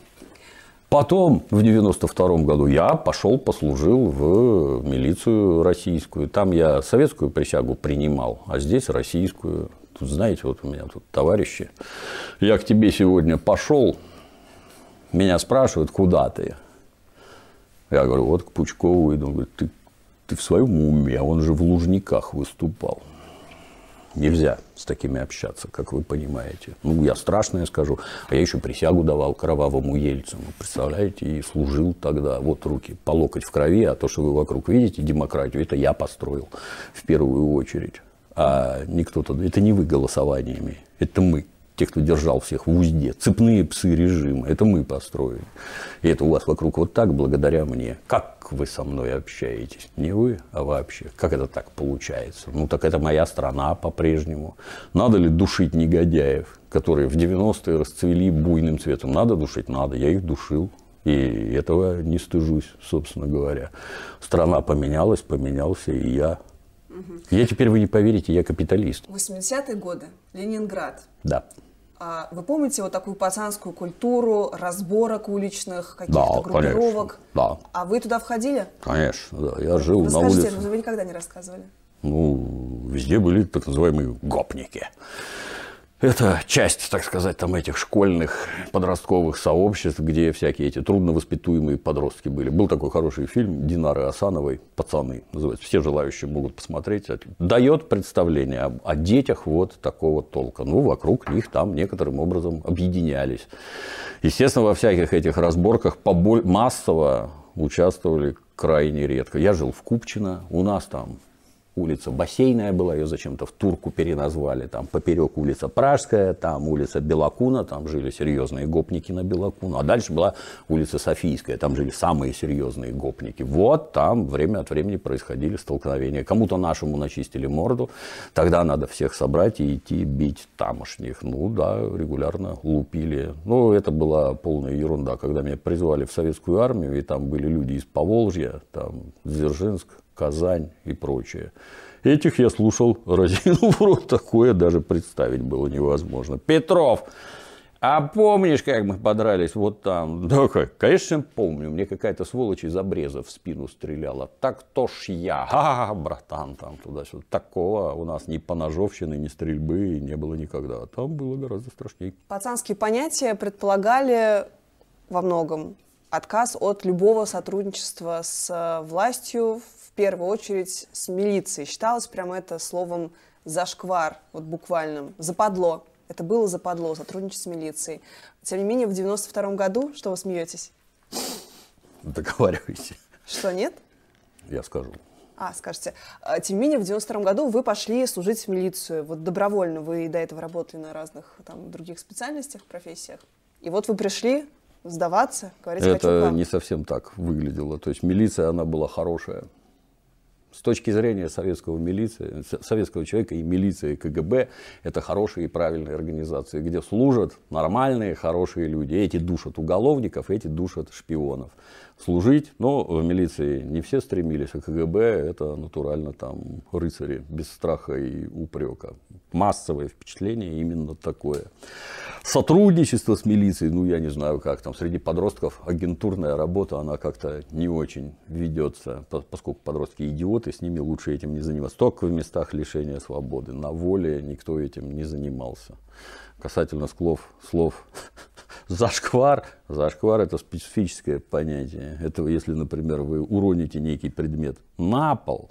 Потом, в девяносто втором году, я пошел, послужил в милицию российскую. Там я советскую присягу принимал, а здесь российскую. Тут, знаете, вот у меня тут товарищи. Я к тебе сегодня пошел, меня спрашивают, куда ты? Я говорю, вот к Пучкову иду. Он говорит, ты, ты в своем уме, а он же в Лужниках выступал. Нельзя с такими общаться, как вы понимаете. Ну, я страшное скажу. А я еще присягу давал кровавому Ельцину. Представляете, и служил тогда. Вот руки по локоть в крови, а то, что вы вокруг видите, демократию, это я построил в первую очередь. А не кто-то, это не вы голосованиями, это мы. Те, кто держал всех в узде, цепные псы режима, это мы построили. И это у вас вокруг вот так, благодаря мне. Как вы со мной общаетесь? Не вы, а вообще. Как это так получается? Ну, так это моя страна по-прежнему. Надо ли душить негодяев, которые в девяностые расцвели буйным цветом? Надо душить? Надо. Я их душил. И этого не стыжусь, собственно говоря. Страна поменялась, поменялся и я. Угу. Я теперь, вы не поверите, я капиталист. восьмидесятые годы. Ленинград. Да. А вы помните вот такую пацанскую культуру, разборок уличных, каких-то да, группировок? Конечно, да. А вы туда входили? Конечно, да. Я жил на улице. Расскажите, вы никогда не рассказывали? Ну, везде были так называемые гопники. Это часть, так сказать, там этих школьных подростковых сообществ, где всякие эти трудновоспитуемые подростки были. Был такой хороший фильм Динары Асановой «Пацаны» называется. Все желающие могут посмотреть. Дает представление о, о детях вот такого толка. Ну, вокруг них там некоторым образом объединялись. Естественно, во всяких этих разборках поболь... массово участвовали крайне редко. Я жил в Купчино, у нас там улица Бассейная была, ее зачем-то в Турку переназвали, там поперек улица Пражская, там улица Белокуна, там жили серьезные гопники на Белокуну, а дальше была улица Софийская, там жили самые серьезные гопники. Вот там время от времени происходили столкновения. Кому-то нашему начистили морду, тогда надо всех собрать и идти бить тамошних. Ну да, регулярно лупили. Но это была полная ерунда, когда меня призвали в советскую армию, и там были люди из Поволжья, там Дзержинск, Казань и прочее. Этих я слушал, разинув рот, такое даже представить было невозможно. Петров, а помнишь, как мы подрались вот там? Да, конечно, помню. Мне какая-то сволочь из обреза в спину стреляла. Так то ж я. Ха-ха, братан, там туда-сюда. Такого у нас ни поножовщины, ни стрельбы не было никогда. Там было гораздо страшнее. Пацанские понятия предполагали во многом отказ от любого сотрудничества с властью, в первую очередь с милицией. Считалось прямо это словом зашквар, вот буквально, западло. Это было западло, сотрудничать с милицией. Тем не менее, в девяносто втором году, что вы смеетесь? Договаривайте. Что, нет? Я скажу. А, скажете. Тем не менее, в девяносто втором году вы пошли служить в милицию. Вот добровольно вы до этого работали на разных там других специальностях, профессиях. И вот вы пришли сдаваться, говорить, хочу к Это вам. не совсем так выглядело. То есть милиция, она была хорошая. С точки зрения советского, милиции, советского человека и милиция, и КГБ – это хорошие и правильные организации, где служат нормальные, хорошие люди. Эти душат уголовников, эти душат шпионов. Служить, но в милиции не все стремились, а КГБ – это натурально там рыцари, без страха и упрека. Массовое впечатление именно такое. Сотрудничество с милицией, ну я не знаю как там, среди подростков агентурная работа, она как-то не очень ведется, поскольку подростки идиоты, с ними лучше этим не заниматься. Только в местах лишения свободы, на воле никто этим не занимался. Касательно слов, слов зашквар, зашквар это специфическое понятие. Это если, например, вы уроните некий предмет на пол,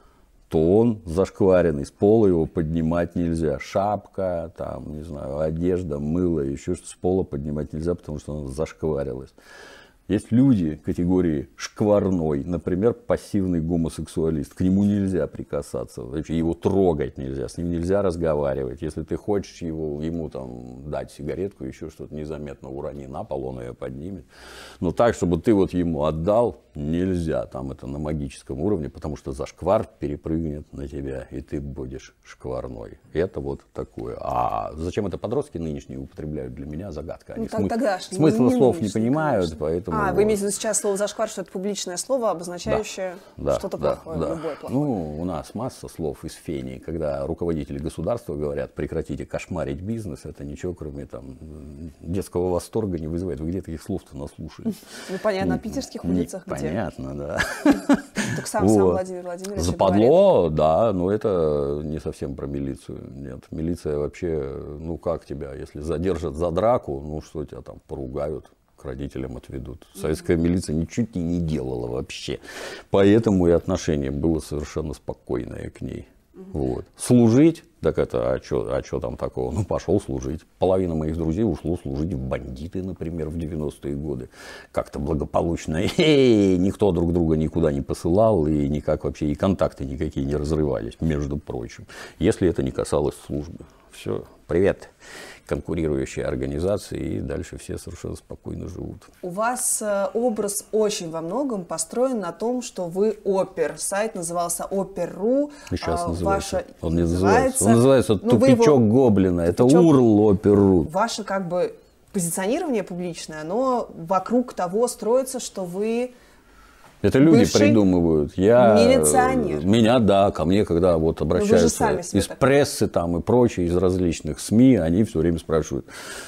то он зашкваренный, с пола его поднимать нельзя. Шапка, там, не знаю, одежда, мыло, еще что-то с пола поднимать нельзя, потому что она зашкварилась. Есть люди категории шкварной, например, пассивный гомосексуалист. К нему нельзя прикасаться, вообще его трогать нельзя, с ним нельзя разговаривать. Если ты хочешь его, ему там, дать сигаретку, еще что-то незаметно урони на пол, он ее поднимет. Но так, чтобы ты вот ему отдал, нельзя. Там это на магическом уровне, потому что зашквар перепрыгнет на тебя, и ты будешь шкварной. Это вот такое. А зачем это подростки нынешние употребляют, для меня загадка. Они Ну, смы... тогда, смысла не слов не нынешние, понимают, конечно. поэтому... А, вы имеете в виду сейчас слово «зашквар», что это публичное слово, обозначающее да, что-то да, плохое, да. любое плохое. Ну, у нас масса слов из фени. Когда руководители государства говорят, прекратите кошмарить бизнес, это ничего, кроме там, детского восторга не вызывает. Вы где таких слов-то наслушались? Ну, понятно, на питерских улицах где? Понятно, да. Так сам, сам Владимир Владимирович Западло, да, но это не совсем про милицию. Нет, милиция вообще, ну как тебя, если задержат за драку, ну что тебя там поругают, к родителям отведут. Советская милиция ничуть и не делала вообще. Поэтому и отношение было совершенно спокойное к ней. Вот. Служить, так это, а что а чё там такого? Ну, пошел служить. Половина моих друзей ушло служить в бандиты, например, в девяностые годы. Как-то благополучно. Эй, никто друг друга никуда не посылал, и никак вообще и контакты никакие не разрывались, между прочим. Если это не касалось службы. Все, привет. Конкурирующие организации, и дальше все совершенно спокойно живут. У вас образ очень во многом построен на том, что вы опер. Сайт назывался опер точка ру. Сейчас а, называется. Ваша... Он не называется. называется. Он называется Ну, «Тупичок его... Гоблина». Это Тупичок... урл опер точка ру. Ваше как бы позиционирование публичное, оно вокруг того строится, что вы... Это люди бывший придумывают. Я, милиционер. Меня, да, ко мне, когда вот обращаются из так... прессы там, и прочее, из различных СМИ, они все время спрашивают,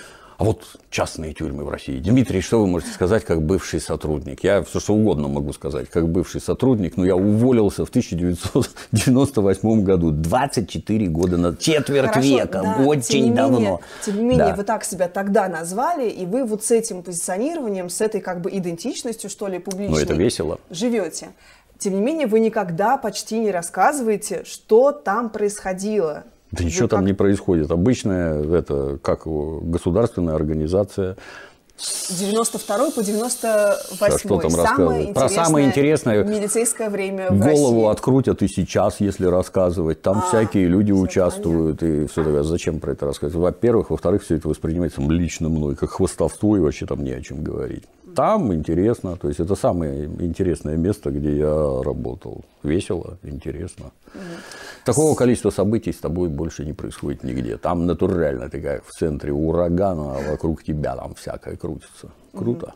а вот частные тюрьмы в России. Дмитрий, что вы можете сказать, как бывший сотрудник? Я все что угодно могу сказать, как бывший сотрудник, но я уволился в тысяча девятьсот девяносто восьмом году, двадцать четыре года, на четверть Хорошо, века, да, очень тем не давно. Менее, тем не менее, да. вы так себя тогда назвали, и вы вот с этим позиционированием, с этой как бы идентичностью, что ли, публичной, но это весело. Живете. Тем не менее, вы никогда почти не рассказываете, что там происходило. Да ничего там как... не происходит. Обычная, это, как государственная организация. С девяносто второй по девяносто восьмой. Что там самое Про самое интересное. Милицейское время в в голову России. Открутят и сейчас, если рассказывать. Там а, всякие люди участвуют. Понятно. И все такое. Зачем про это рассказывать? Во-первых. Во-вторых, все это воспринимается лично мной, как хвастовство, и вообще там не о чем говорить. Там интересно. То есть это самое интересное место, где я работал. Весело, интересно. Угу. Такого количества событий с тобой больше не происходит нигде. Там натурально ты как в центре урагана, а вокруг тебя там всякое крутится. Круто.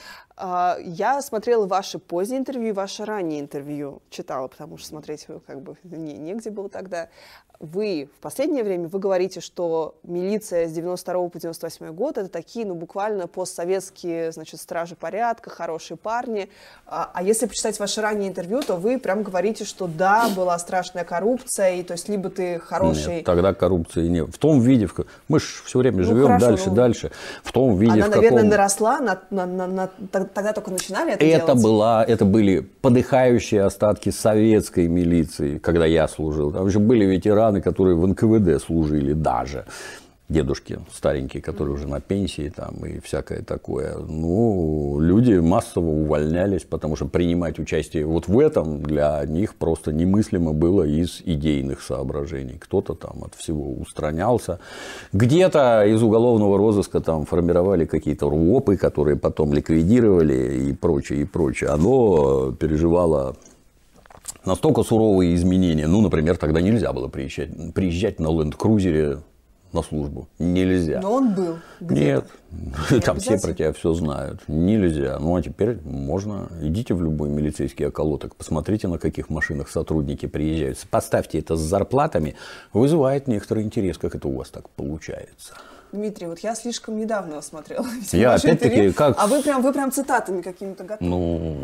Я смотрела ваши поздние интервью и ваше раннее интервью. Читала, потому что смотреть как бы не, негде было тогда. Вы в последнее время вы говорите, что милиция с девяносто второго по девяносто восьмой год это такие, ну, буквально постсоветские, значит, стражи порядка, хорошие парни. А, а если почитать ваше раннее интервью, то вы прям говорите, что да, была страшная коррупция, и то есть либо ты хороший... Нет, тогда коррупции нет. В том виде, в... мы же все время живем ну, хорошо, дальше, ну... дальше. В том виде, Она, в наверное, каком... наросла на, на, на, на... тогда тогда только начинали это, это делать? Была, это были подыхающие остатки советской милиции, когда я служил. Там же были ветераны, которые в эн ка вэ дэ служили даже. Дедушки старенькие, которые уже на пенсии там и всякое такое. Ну, люди массово увольнялись, потому что принимать участие вот в этом для них просто немыслимо было из идейных соображений. Кто-то там от всего устранялся. Где-то из уголовного розыска там формировали какие-то РУОПы, которые потом ликвидировали и прочее, и прочее. Оно переживало настолько суровые изменения. Ну, например, тогда нельзя было приезжать, приезжать на ленд-крузере на службу. Нельзя. Но он был где-то. Нет. Там все про тебя все знают. Нельзя. Ну, а теперь можно. Идите в любой милицейский околоток, посмотрите, на каких машинах сотрудники приезжают. Поставьте это с зарплатами. Вызывает некоторый интерес, как это у вас так получается. Дмитрий, вот я слишком недавно смотрела. Я опять-таки как... А вы прям, вы прям цитатами какими-то готовы. Ну...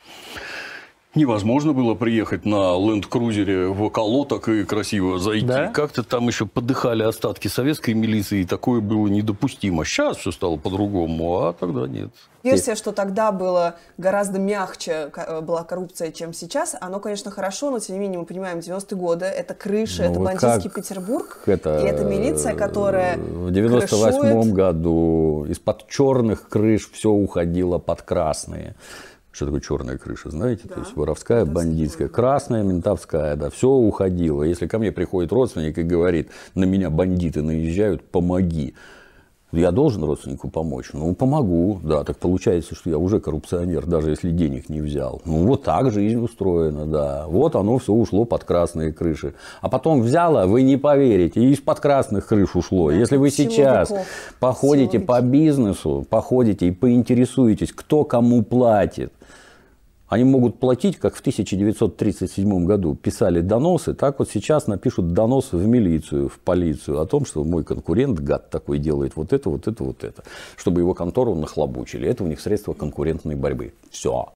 Невозможно было приехать на ленд-крузере в околоток и красиво зайти. Да? Как-то там еще подыхали остатки советской милиции, и такое было недопустимо. Сейчас все стало по-другому, а тогда нет. Версия, что тогда было гораздо мягче была коррупция, чем сейчас, оно, конечно, хорошо, но тем не менее мы понимаем, девяностые годы, это крыши, ну, это бандитский Петербург, это... и это милиция, которая в девяносто восьмом году из-под черных крыш все уходило под красные. Что такое черная крыша, знаете? Да. То есть воровская, бандитская, красная, ментовская, да, все уходило. Если ко мне приходит родственник и говорит, на меня бандиты наезжают, помоги. Я должен родственнику помочь? Ну, помогу, да. Так получается, что я уже коррупционер, даже если денег не взял. Ну, вот так жизнь устроена, да. Вот оно все ушло под красные крыши. А потом взяло, вы не поверите, и из-под красных крыш ушло. Да, если вы сейчас веков. походите Силовики. по бизнесу, походите и поинтересуетесь, кто кому платит, они могут платить, как в тысяча девятьсот тридцать седьмом году писали доносы, так вот сейчас напишут донос в милицию, в полицию о том, что мой конкурент, гад такой, делает вот это, вот это, вот это, чтобы его контору нахлобучили. Это у них средство конкурентной борьбы. Все.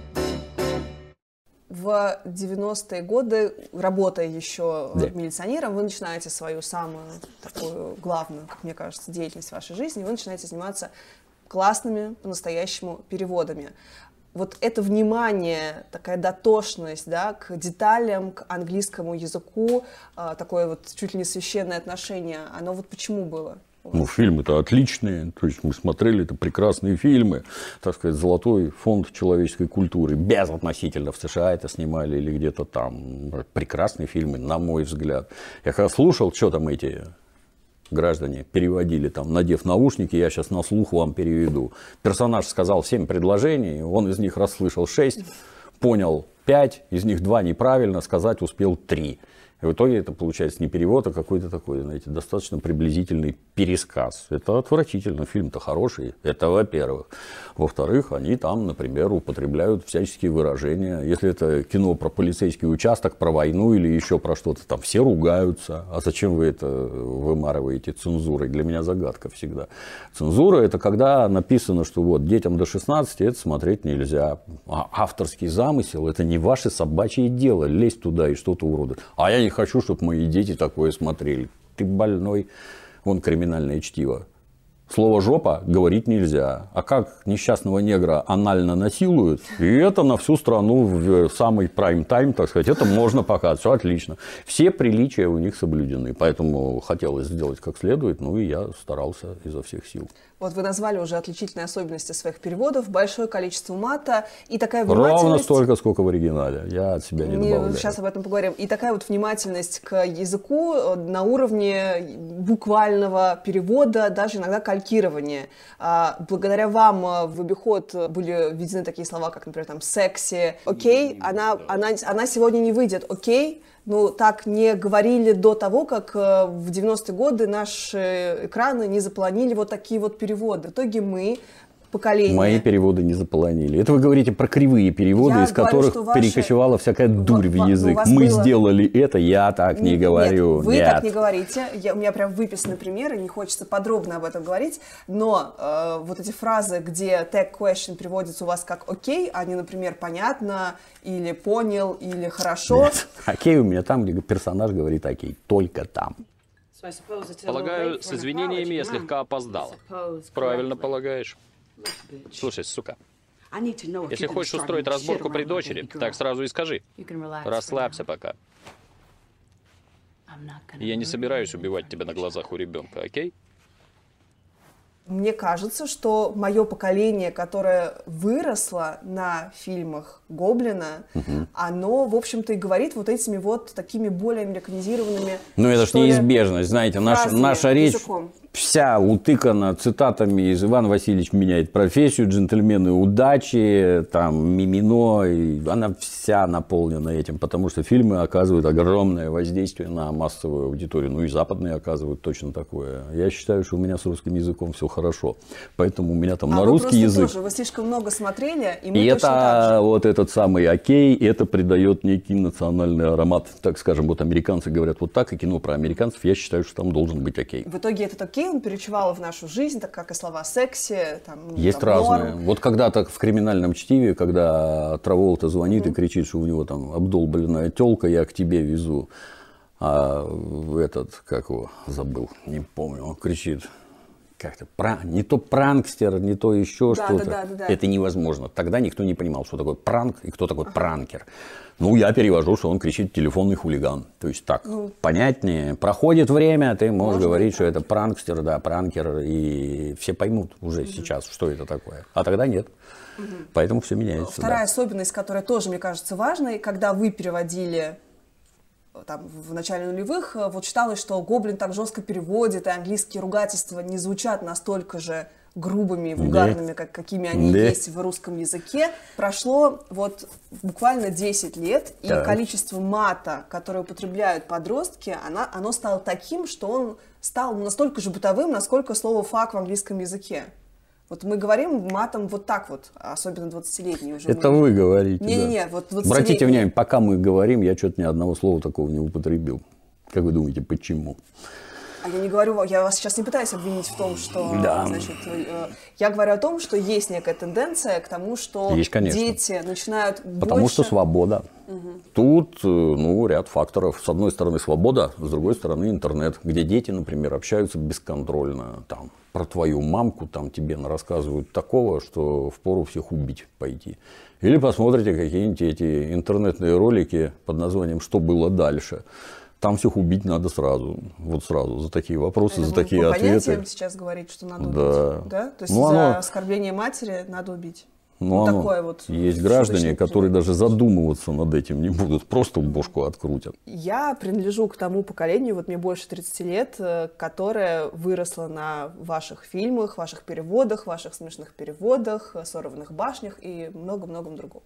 В девяностые годы, работая еще да. милиционером, вы начинаете свою самую такую главную, как мне кажется, деятельность в вашей жизни, вы начинаете заниматься классными, по-настоящему переводами. Вот это внимание, такая дотошность, да, к деталям, к английскому языку, такое вот чуть ли не священное отношение, оно вот почему было? Ну, фильмы-то отличные, то есть мы смотрели, это прекрасные фильмы, так сказать, золотой фонд человеческой культуры, безотносительно в США это снимали или где-то там. Прекрасные фильмы, на мой взгляд. Я когда слушал, что там эти... граждане переводили, там, надев наушники, я сейчас на слух вам переведу. Персонаж сказал семь предложений, он из них расслышал шесть, понял пять, из них два неправильно, сказать успел три. И в итоге это получается не перевод, а какой-то такой, знаете, достаточно приблизительный пересказ. Это отвратительно, фильм-то хороший, это во-первых. Во-вторых, они там, например, употребляют всяческие выражения. Если это кино про полицейский участок, про войну или еще про что-то, там все ругаются. А зачем вы это вымарываете цензурой? Для меня загадка всегда. Цензура — это когда написано, что вот детям до шестнадцати это смотреть нельзя. А авторский замысел — это не ваше собачье дело лезть туда и что-то уродовать. А я не хочу, чтобы мои дети такое смотрели. Ты больной. Вон криминальное чтиво. Слово «жопа» говорить нельзя. А как несчастного негра анально насилуют, и это на всю страну в самый прайм-тайм, так сказать, это можно показать. Все отлично. Все приличия у них соблюдены. Поэтому хотелось сделать как следует, ну и я старался изо всех сил. Вот вы назвали уже отличительные особенности своих переводов, большое количество мата и такая внимательность... Ровно столько, сколько в оригинале. Я от себя не добавляю. Сейчас об этом поговорим. И такая вот внимательность к языку на уровне буквального перевода, даже иногда калькирования. Благодаря вам в обиход были введены такие слова, как, например, там «секси», «окей», она, она, она сегодня не выйдет, «окей». Ну, так не говорили до того, как в девяностые годы наши экраны не заполонили вот такие вот переводы. В итоге мы, поколение... Мои переводы не заполонили. Это вы говорите про кривые переводы, я из говорю, которых ваши... перекочевала всякая дурь в язык. Мы было... сделали это, я так не, не говорю. Нет, вы Нет. так не говорите. Я, у меня прям выписаны примеры, не хочется подробно об этом говорить. Но э, вот эти фразы, где tag question переводится у вас как «окей», они, например, «понятно», или «понял», или «хорошо». Нет. Окей у меня там, где персонаж говорит «окей», только там. Полагаю, с извинениями я слегка опоздала. Правильно полагаешь. Слушай, сука, Если хочешь устроить разборку при дочери, так сразу и скажи. Расслабься пока. Я не собираюсь убивать тебя на глазах у ребенка, окей? Мне кажется, что мое поколение, которое выросло на фильмах Гоблина, угу. оно, в общем-то, и говорит вот этими вот такими более американизированными... Ну, это ж неизбежность, знаете, наша, наша речь языком. Вся утыкана цитатами из «Иван Васильевич меняет профессию», «Джентльмены удачи», там, «Мимино», и она вся наполнена этим, потому что фильмы оказывают огромное воздействие на массовую аудиторию, ну и западные оказывают точно такое. Я считаю, что у меня с русским языком все хорошо, поэтому у меня там а на русский язык... Тоже, вы слишком много смотрели, и мы и точно это так же. Вот этот самый окей, это придает некий национальный аромат, так скажем, вот американцы говорят вот так, и кино про американцев, я считаю, что там должен быть окей. В итоге этот окей, он перечевал в нашу жизнь, так как и слова секси, там, есть там, разные. норм. Вот когда-то в «Криминальном чтиве», когда Траволта звонит mm-hmm. и кричит, что у него там обдолбленная тёлка, я к тебе везу, а этот, как его, забыл, не помню, он кричит... Как-то пра... не то пранкстер, не то еще да, что-то. Да, да, да, да. Это невозможно. Тогда никто не понимал, что такое пранк и кто такой ага. пранкер. Ну, я перевожу, что он кричит телефонный хулиган. То есть так, ну, понятнее. Проходит время, ты можешь Можно говорить, что это пранкстер, да, пранкер, и все поймут уже угу. сейчас, что это такое. А тогда нет. Угу. Поэтому все меняется. Вторая да. особенность, которая тоже, мне кажется, важной, когда вы переводили... Там, в начале нулевых, вот считалось, что Гоблин так жестко переводит, и английские ругательства не звучат настолько же грубыми и вульгарными, как, какими они да. есть в русском языке. Прошло вот буквально десять лет, и да. количество мата, которое употребляют подростки, она, оно стало таким, что он стал настолько же бытовым, насколько слово «фак» в английском языке. Вот мы говорим матом вот так вот, особенно двадцатилетние уже. Это мы... вы говорите, Не-не-не, да. вот двадцатилетние. Обратите внимание, пока мы говорим, я что-то ни одного слова такого не употребил. Как вы думаете, почему? А я не говорю, я вас сейчас не пытаюсь обвинить в том, что... Да. Значит, я говорю о том, что есть некая тенденция к тому, что есть, дети начинают Потому больше... что свобода. Угу. Тут, ну, ряд факторов. С одной стороны свобода, с другой стороны интернет, где дети, например, общаются бесконтрольно. Там, про твою мамку там тебе рассказывают такого, что впору всех убить пойти. Или посмотрите какие-нибудь эти интернетные ролики под названием «Что было дальше?». Там всех убить надо сразу, вот сразу, за такие вопросы, Это за такие по ответы. понятиям сейчас говорить, что надо да. убить, да? То есть ну, за оно... оскорбление матери надо убить. Ну, вот оно... такое вот. Есть граждане, которые даже задумываться над этим не будут, просто бошку открутят. Я принадлежу к тому поколению, вот мне больше тридцати лет, которое выросло на ваших фильмах, ваших переводах, ваших смешных переводах, «Сорванных башнях» и много-многом другом.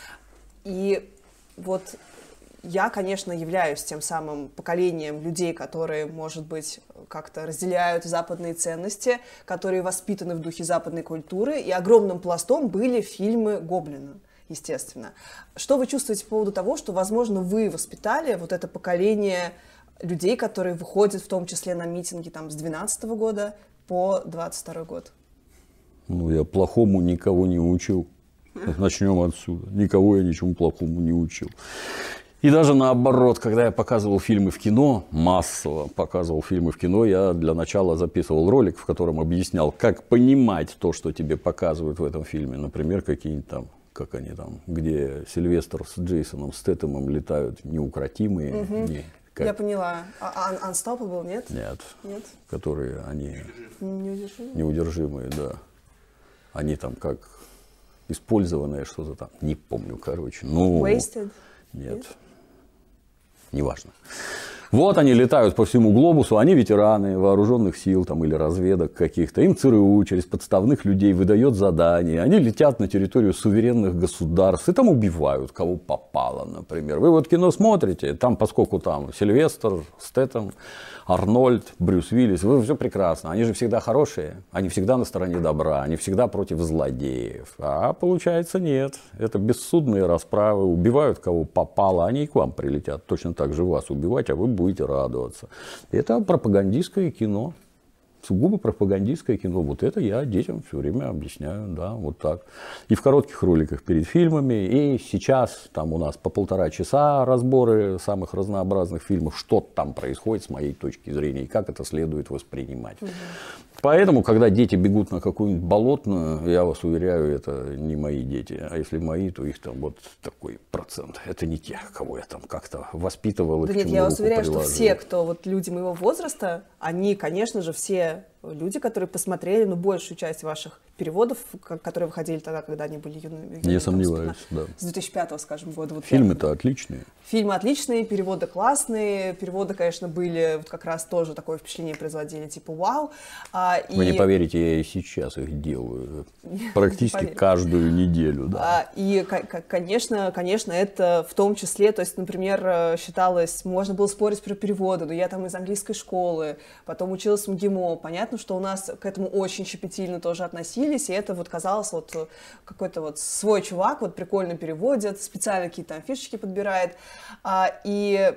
И вот... Я, конечно, являюсь тем самым поколением людей, которые, может быть, как-то разделяют западные ценности, которые воспитаны в духе западной культуры, и огромным пластом были фильмы Гоблина, естественно. Что вы чувствуете по поводу того, что, возможно, вы воспитали вот это поколение людей, которые выходят в том числе на митинги там, с двенадцатого года по двадцать второй год? Ну, я плохому никого не учил. Начнем отсюда. Никого я ничему плохому не учил. И даже наоборот, когда я показывал фильмы в кино, массово показывал фильмы в кино, я для начала записывал ролик, в котором объяснял, как понимать то, что тебе показывают в этом фильме. Например, какие-нибудь там, как они там, где Сильвестр с Джейсоном Стэтэмом летают неукротимые. Угу. Не, как... Я поняла. А Unstoppable, нет? Нет. Нет. Которые они неудержимые. неудержимые, да. Они там как использованное что-то там, не помню, короче. Ну, Wasted? Нет. Нет. Неважно. Вот они летают по всему глобусу, они ветераны вооруженных сил там, или разведок каких-то. Им ЦРУ через подставных людей выдает задания. Они летят на территорию суверенных государств и там убивают, кого попало, например. Вы вот кино смотрите, там, поскольку там Сильвестр, Стэтэм, Арнольд, Брюс Уиллис, вы все прекрасно. Они же всегда хорошие, они всегда на стороне добра, они всегда против злодеев. А получается нет. Это бессудные расправы, убивают кого попало, они и к вам прилетят. Точно так же вас убивать, а вы будете радоваться. Это пропагандистское кино. Сугубо пропагандистское кино. Вот это я детям все время объясняю, да, вот так. И в коротких роликах перед фильмами, и сейчас там у нас по полтора часа разборы самых разнообразных фильмов, что там происходит с моей точки зрения, и как это следует воспринимать. Угу. Поэтому, когда дети бегут на какую-нибудь болотную, я вас уверяю, это не мои дети. А если мои, то их там вот такой процент. Это не те, кого я там как-то воспитывал. Да и нет, к чему я вас руку уверяю, что приложил. все, кто вот люди моего возраста, они, конечно же, все люди, которые посмотрели, ну, большую часть ваших переводов, которые выходили тогда, когда они были юными. Не сомневаюсь, да. С две тысячи пятого, скажем, года. Вот Фильмы-то отличные. Фильмы отличные, переводы классные, переводы, конечно, были, вот как раз тоже такое впечатление производили, типа вау. А, Вы и... не поверите, я и сейчас их делаю. Практически каждую неделю, да. А, и, конечно, конечно, это в том числе, то есть, например, считалось, можно было спорить про переводы, но я там из английской школы, потом училась в МГИМО, понятно, что у нас к этому очень щепетильно тоже относились, и это вот казалось вот какой-то вот свой чувак, вот прикольно переводит, специально какие-то там фишечки подбирает, а, и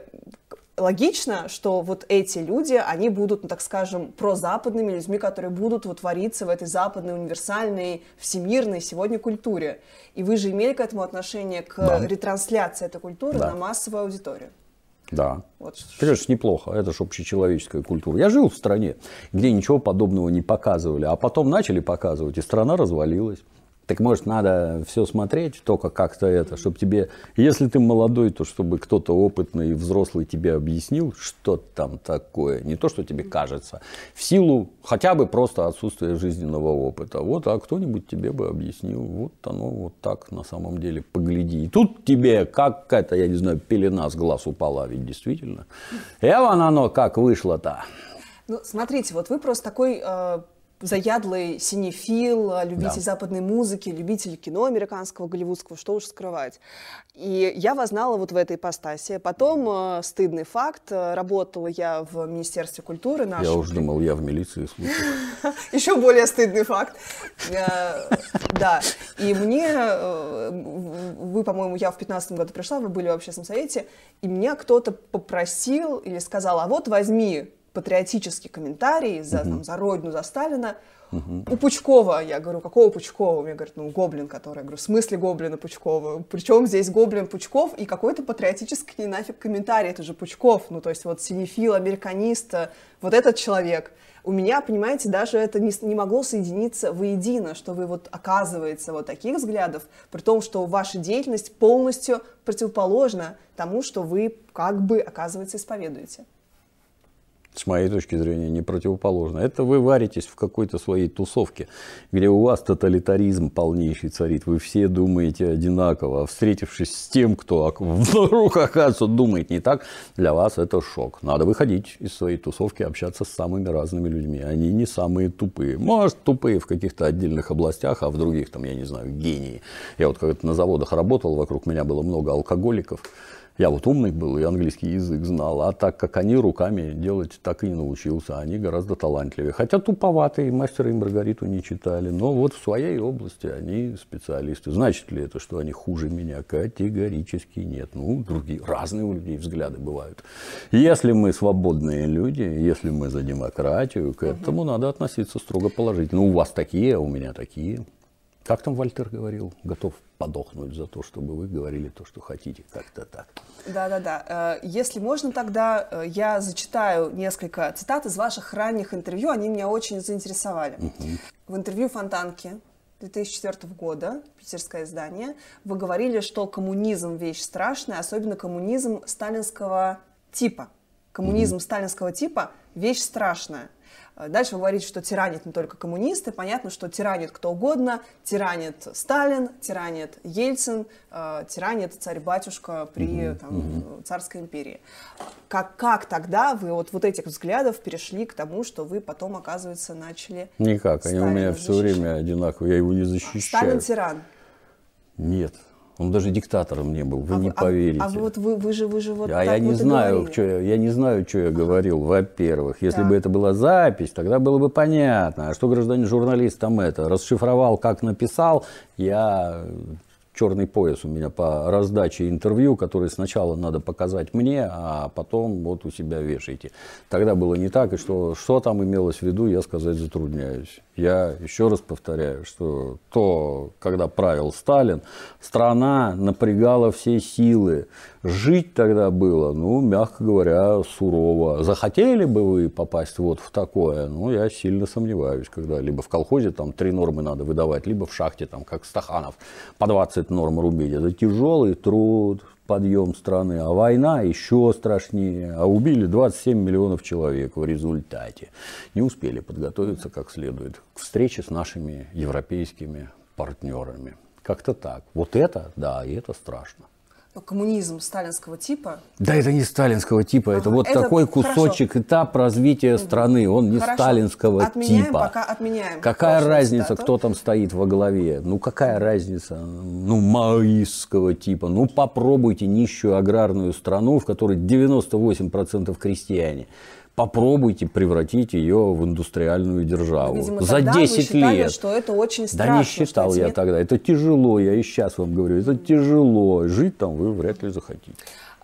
логично, что вот эти люди, они будут, ну, так скажем, прозападными людьми, которые будут вот вариться в этой западной, универсальной, всемирной сегодня культуре. И вы же имели к этому отношение, к да. ретрансляции этой культуры да. на массовую аудиторию. Да. Вот. Это, конечно, неплохо. Это же общечеловеческая культура. Я жил в стране, где ничего подобного не показывали, а потом начали показывать, и страна развалилась. Так, может, надо все смотреть, только как-то это, чтобы тебе, если ты молодой, то чтобы кто-то опытный и взрослый тебе объяснил, что там такое. Не то, что тебе кажется. В силу хотя бы просто отсутствия жизненного опыта. Вот, а кто-нибудь тебе бы объяснил. Вот оно вот так на самом деле. Погляди. И тут тебе как какая-то, я не знаю, пелена с глаз упала. Ведь действительно. И вон оно как вышло-то. Ну, смотрите, вот вы просто такой... Э... заядлый синефил, любитель да. западной музыки, любитель кино американского, голливудского, что уж скрывать. И я вас знала вот в этой ипостаси. Потом, э, стыдный факт, работала я в Министерстве культуры. Нашего. Я уже думал, я в милиции слушаю. Еще более стыдный факт. Да. И мне, вы, по-моему, я в пятнадцатом году пришла, вы были в общественном совете, и меня кто-то попросил или сказал, а вот возьми патриотический комментарий за, uh-huh. там, за Родину, за Сталина. Uh-huh. У Пучкова. Я говорю, какого Пучкова? Мне говорят, ну, Гоблин, который. Я говорю, в смысле Гоблина Пучкова? Причем здесь Гоблин Пучков и какой-то патриотический нафиг комментарий. Это же Пучков. Ну, то есть вот синефил, американист, вот этот человек. У меня, понимаете, даже это не, не могло соединиться воедино, что вы вот, оказывается, вот таких взглядов, при том, что ваша деятельность полностью противоположна тому, что вы как бы, оказывается, исповедуете. С моей точки зрения, не противоположно. Это вы варитесь в какой-то своей тусовке, где у вас тоталитаризм полнейший царит. Вы все думаете одинаково. А встретившись с тем, кто вдруг, оказывается, думает не так, для вас это шок. Надо выходить из своей тусовки, общаться с самыми разными людьми. Они не самые тупые. Может, тупые в каких-то отдельных областях, а в других, там, я не знаю, гении. Я вот когда-то на заводах работал, вокруг меня было много алкоголиков. Я вот умный был и английский язык знал, а так как они руками делать так и не научился, они гораздо талантливее. Хотя туповатые, «Мастера и Маргариту» не читали, но вот в своей области они специалисты. Значит ли это, что они хуже меня? Категорически нет. Ну, другие, разные у людей взгляды бывают. Если мы свободные люди, если мы за демократию, к этому угу. надо относиться строго положительно. У вас такие, а у меня такие. Как там Вольтер говорил? Готов подохнуть за то, чтобы вы говорили то, что хотите. Как-то так. Да-да-да. Если можно, тогда я зачитаю несколько цитат из ваших ранних интервью. Они меня очень заинтересовали. Угу. В интервью Фонтанки две тысячи четвёртого года, питерское издание, вы говорили, что коммунизм – вещь страшная, особенно коммунизм сталинского типа. Коммунизм угу. сталинского типа – вещь страшная. Дальше вы говорите, что тиранит не только коммунисты. Понятно, что тиранит кто угодно. Тиранит Сталин, тиранит Ельцин, э, тиранит царь-батюшка при угу, там, угу. царской империи. Как, как тогда вы вот, вот этих взглядов перешли к тому, что вы потом, оказывается, начали Никак. Они у меня защищать? Все время одинаковые. Я его не защищаю. Сталин тиран? Нет. Он даже диктатором не был, вы а не вы, поверите. А, а вот вы, вы же, вы же вот а так я не вот знаю, что я, я не знаю, что я говорил, во-первых. Если да. бы это была запись, тогда было бы понятно. А что гражданин журналист там это расшифровал, как написал, я черный пояс у меня по раздаче интервью, которые сначала надо показать мне, а потом вот у себя вешайте. Тогда было не так, и что, что там имелось в виду, я сказать затрудняюсь. Я еще раз повторяю, что то, когда правил Сталин, страна напрягала все силы. Жить тогда было, ну, мягко говоря, сурово. Захотели бы вы попасть вот в такое? Ну, я сильно сомневаюсь, когда либо в колхозе там три нормы надо выдавать, либо в шахте, там, как Стаханов, по двадцать норм рубить. Это тяжелый труд, подъем страны, а война еще страшнее. А убили двадцать семь миллионов человек в результате. Не успели подготовиться как следует к встрече с нашими европейскими партнерами. Как-то так. Вот это, да, и это страшно. Но коммунизм сталинского типа? Да, это не сталинского типа, ага, это вот это такой кусочек, хорошо. Этап развития страны, он не хорошо. Сталинского отменяем, типа. Пока отменяем. Какая разница, цитату? Кто там стоит во главе? Ну, какая разница? Ну, маоистского типа. Ну, попробуйте нищую аграрную страну, в которой девяносто восемь процентов крестьяне. Попробуйте превратить ее в индустриальную державу. Видимо, за десять считали, лет. Что это очень страшно. Да не считал я тогда. Это тяжело, я и сейчас вам говорю. Это тяжело. Жить там вы вряд ли захотите.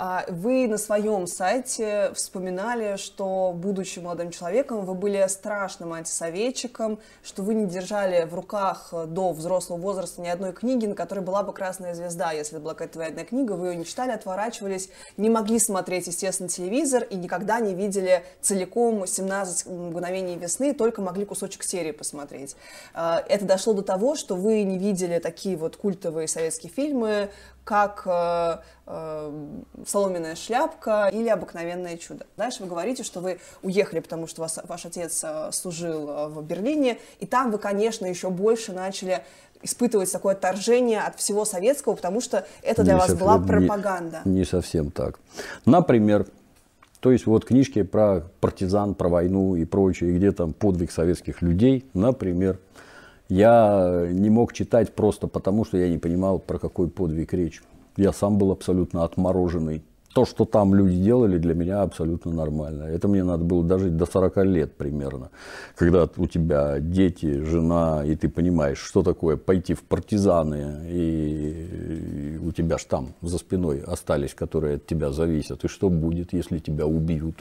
Вы на своем сайте вспоминали, что, будучи молодым человеком, вы были страшным антисоветчиком, что вы не держали в руках до взрослого возраста ни одной книги, на которой была бы красная звезда. Если это была какая-то военная книга, вы ее не читали, отворачивались, не могли смотреть, естественно, телевизор и никогда не видели целиком семнадцать мгновений весны, только могли кусочек серии посмотреть. Это дошло до того, что вы не видели такие вот культовые советские фильмы, как э, э, «Соломенная шляпка» или «Обыкновенное чудо». Дальше вы говорите, что вы уехали, потому что вас, ваш отец э, служил э, в Берлине, и там вы, конечно, еще больше начали испытывать такое отторжение от всего советского, потому что это для не вас совсем, была пропаганда. Не, не совсем так. Например, то есть вот книжки про партизан, про войну и прочее, где там подвиг советских людей, например, я не мог читать просто потому, что я не понимал, про какой подвиг речь. Я сам был абсолютно отмороженный. То, что там люди делали, для меня абсолютно нормально. Это мне надо было дожить до сорока лет примерно. Когда у тебя дети, жена, и ты понимаешь, что такое пойти в партизаны, и у тебя ж там за спиной остались, которые от тебя зависят. И что будет, если тебя убьют?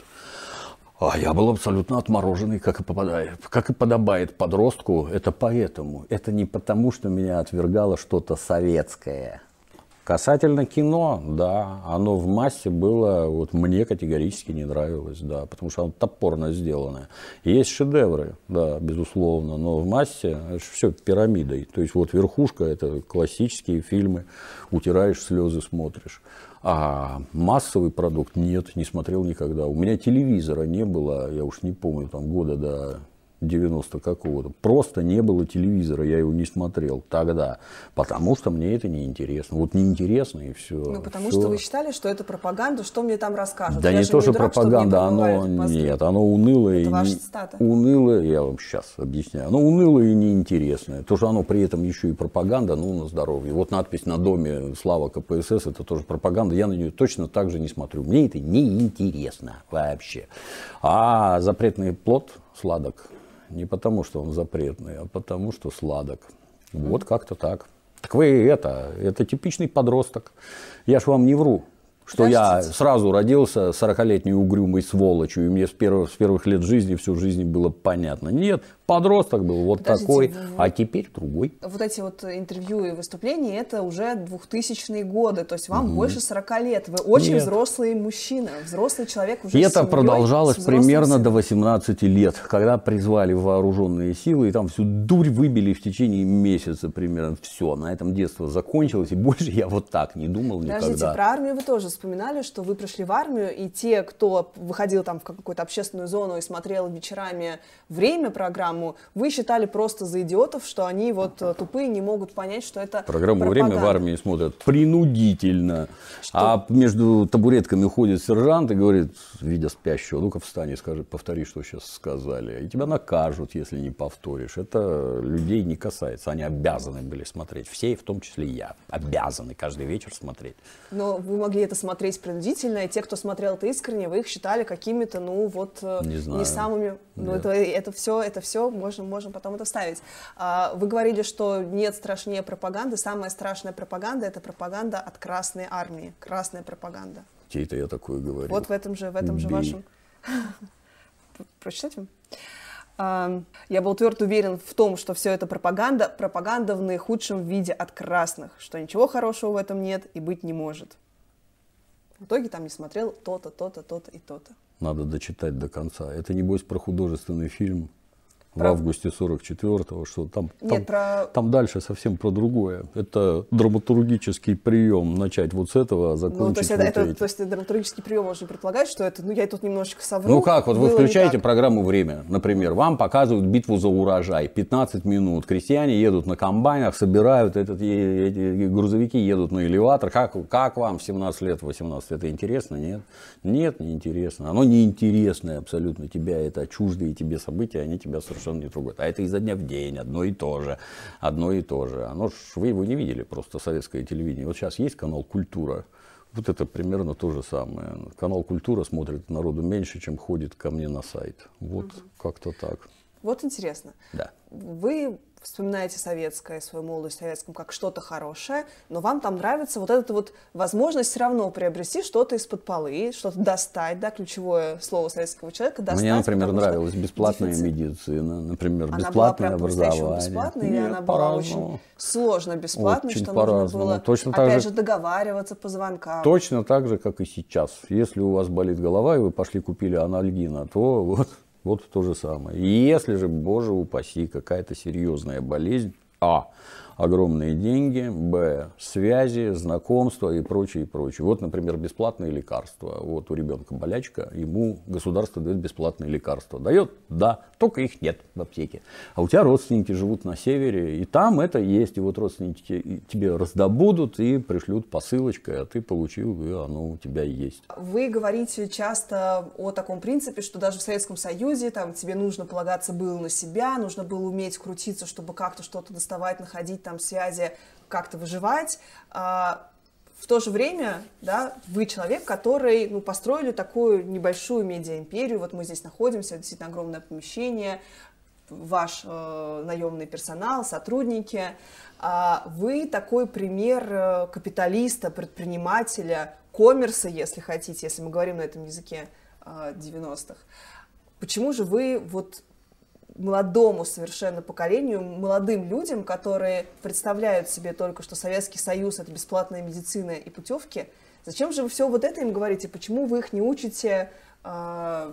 А я был абсолютно отмороженный, как и, попадает, как и подобает подростку. Это поэтому. Это не потому, что меня отвергало что-то советское. Касательно кино, да, оно в массе было, вот мне категорически не нравилось, да, потому что оно топорно сделанное. Есть шедевры, да, безусловно, но в массе все пирамидой. То есть вот верхушка — это классические фильмы, утираешь слезы, смотришь. А массовый продукт нет, не смотрел никогда. У меня телевизора не было, я уж не помню, там года до девяностого какого-то. Просто не было телевизора, я его не смотрел тогда, потому что мне это неинтересно. Вот неинтересно и все. Ну, потому все. что вы считали, что это пропаганда, что мне там расскажут. Да я не то, что дурак, пропаганда, оно нет, оно унылое. Это и ваша не, цитата. Унылое, я вам сейчас объясняю, оно унылое и неинтересное. То, что оно при этом еще и пропаганда, ну, на здоровье. Вот надпись на доме «Слава КПСС» — это тоже пропаганда, я на нее точно так же не смотрю. Мне это неинтересно вообще. А запретный плод сладок. Не потому, что он запретный, а потому, что сладок. Вот как-то так. Так вы это, это типичный подросток. Я ж вам не вру, что я сразу родился сорокалетней угрюмой сволочью, и мне с первых, с первых лет жизни всю жизнь было понятно. Нет, подросток был вот Подождите, такой, вы... а теперь другой. Вот эти вот интервью и выступления, это уже двухтысячные годы, то есть вам угу. больше сорока лет. Вы очень Нет. взрослый мужчина, взрослый человек уже. И это семьей, продолжалось примерно сыном. до восемнадцати лет, когда призвали вооруженные силы, и там всю дурь выбили в течение месяца примерно. Все, на этом детство закончилось, и больше я вот так не думал никогда. Подождите, про армию вы тоже вспоминали, что вы пришли в армию, и те, кто выходил там в какую-то общественную зону и смотрел вечерами «Время» программу, вы считали просто за идиотов, что они вот тупые, не могут понять, что это Программу пропаганда. «Время» в армии смотрят принудительно. Что? А между табуретками ходит сержант и говорит, видя спящего, ну-ка встань и скажи, повтори, что сейчас сказали. И тебя накажут, если не повторишь. Это людей не касается. Они обязаны были смотреть. Все, в том числе я, обязаны каждый вечер смотреть. Но вы могли это смотреть смотреть принудительно, и те, кто смотрел это искренне, вы их считали какими-то, ну, вот, не, не самыми... Ну, это, это все, это все можем, можем потом это вставить. А, вы говорили, что нет страшнее пропаганды. Самая страшная пропаганда — это пропаганда от Красной Армии. Красная пропаганда. Чей-то я такое говорю. Вот в этом же, в этом же вашем... Прочитать вам? Я был твердо уверен в том, что все это пропаганда, пропаганда в наихудшем виде от красных, что ничего хорошего в этом нет и быть не может. В итоге там не смотрел то-то, то-то, то-то и то-то. Надо дочитать до конца. Это, небось, про художественный фильм в про... августе сорок четвёртого, что там, Нет, там, про... там дальше совсем про другое. Это драматургический прием. Начать вот с этого, а закончить ну, то есть вот это, этим. То есть драматургический прием можно предполагать, что это, ну я тут немножечко совру. Ну как, вот вы включаете программу «Время», например, вам показывают битву за урожай, пятнадцать минут, крестьяне едут на комбайнах, собирают, этот, эти грузовики едут на элеватор. Как, как вам в семнадцать лет, восемнадцать, это интересно? Нет? Нет, не интересно. Оно неинтересное абсолютно. Тебя это чуждые тебе события, они тебя совершенно не трогают. А это изо дня в день, одно и то же, одно и то же. Оно ж, вы его не видели, просто советское телевидение. Вот сейчас есть канал «Культура». Вот это примерно то же самое. Канал «Культура» смотрит народу меньше, чем ходит ко мне на сайт. Вот угу. Как-то так. Вот интересно. Да. Вы вспоминаете советское, свою молодость в советском как что-то хорошее, но вам там нравится вот эта вот возможность все равно приобрести что-то из-под полы, что-то достать, да, ключевое слово советского человека, достать. Мне, например, нравилась бесплатная дефицит. медицина, например, она бесплатное была образование. Бесплатная, Нет, или она была очень сложно бесплатной, очень что нужно было, Точно опять так же, договариваться по звонкам. Точно так же, как и сейчас. Если у вас болит голова, и вы пошли купили анальгина, то вот... Вот то же самое. И если же, боже упаси, какая-то серьезная болезнь, а, огромные деньги, б, связи, знакомства и прочее, и прочее. Вот, например, бесплатные лекарства. Вот у ребенка болячка, ему государство дает бесплатные лекарства. Дает? Да, только их нет в аптеке. А у тебя родственники живут на севере, и там это есть. И вот родственники тебе раздобудут и пришлют посылочкой, а ты получил, и оно у тебя есть. Вы говорите часто о таком принципе, что даже в Советском Союзе там, тебе нужно полагаться было на себя, нужно было уметь крутиться, чтобы как-то что-то доставать, находить там связи, как-то выживать. А в то же время, да, вы человек, который, ну, построили такую небольшую медиаимперию. Вот мы здесь находимся, действительно огромное помещение, ваш э, наемный персонал, сотрудники. А вы такой пример капиталиста, предпринимателя, коммерса, если хотите, если мы говорим на этом языке э, девяностых. Почему же вы вот молодому совершенно поколению, молодым людям, которые представляют себе только, что Советский Союз — это бесплатная медицина и путевки, зачем же вы все вот это им говорите? Почему вы их не учите э,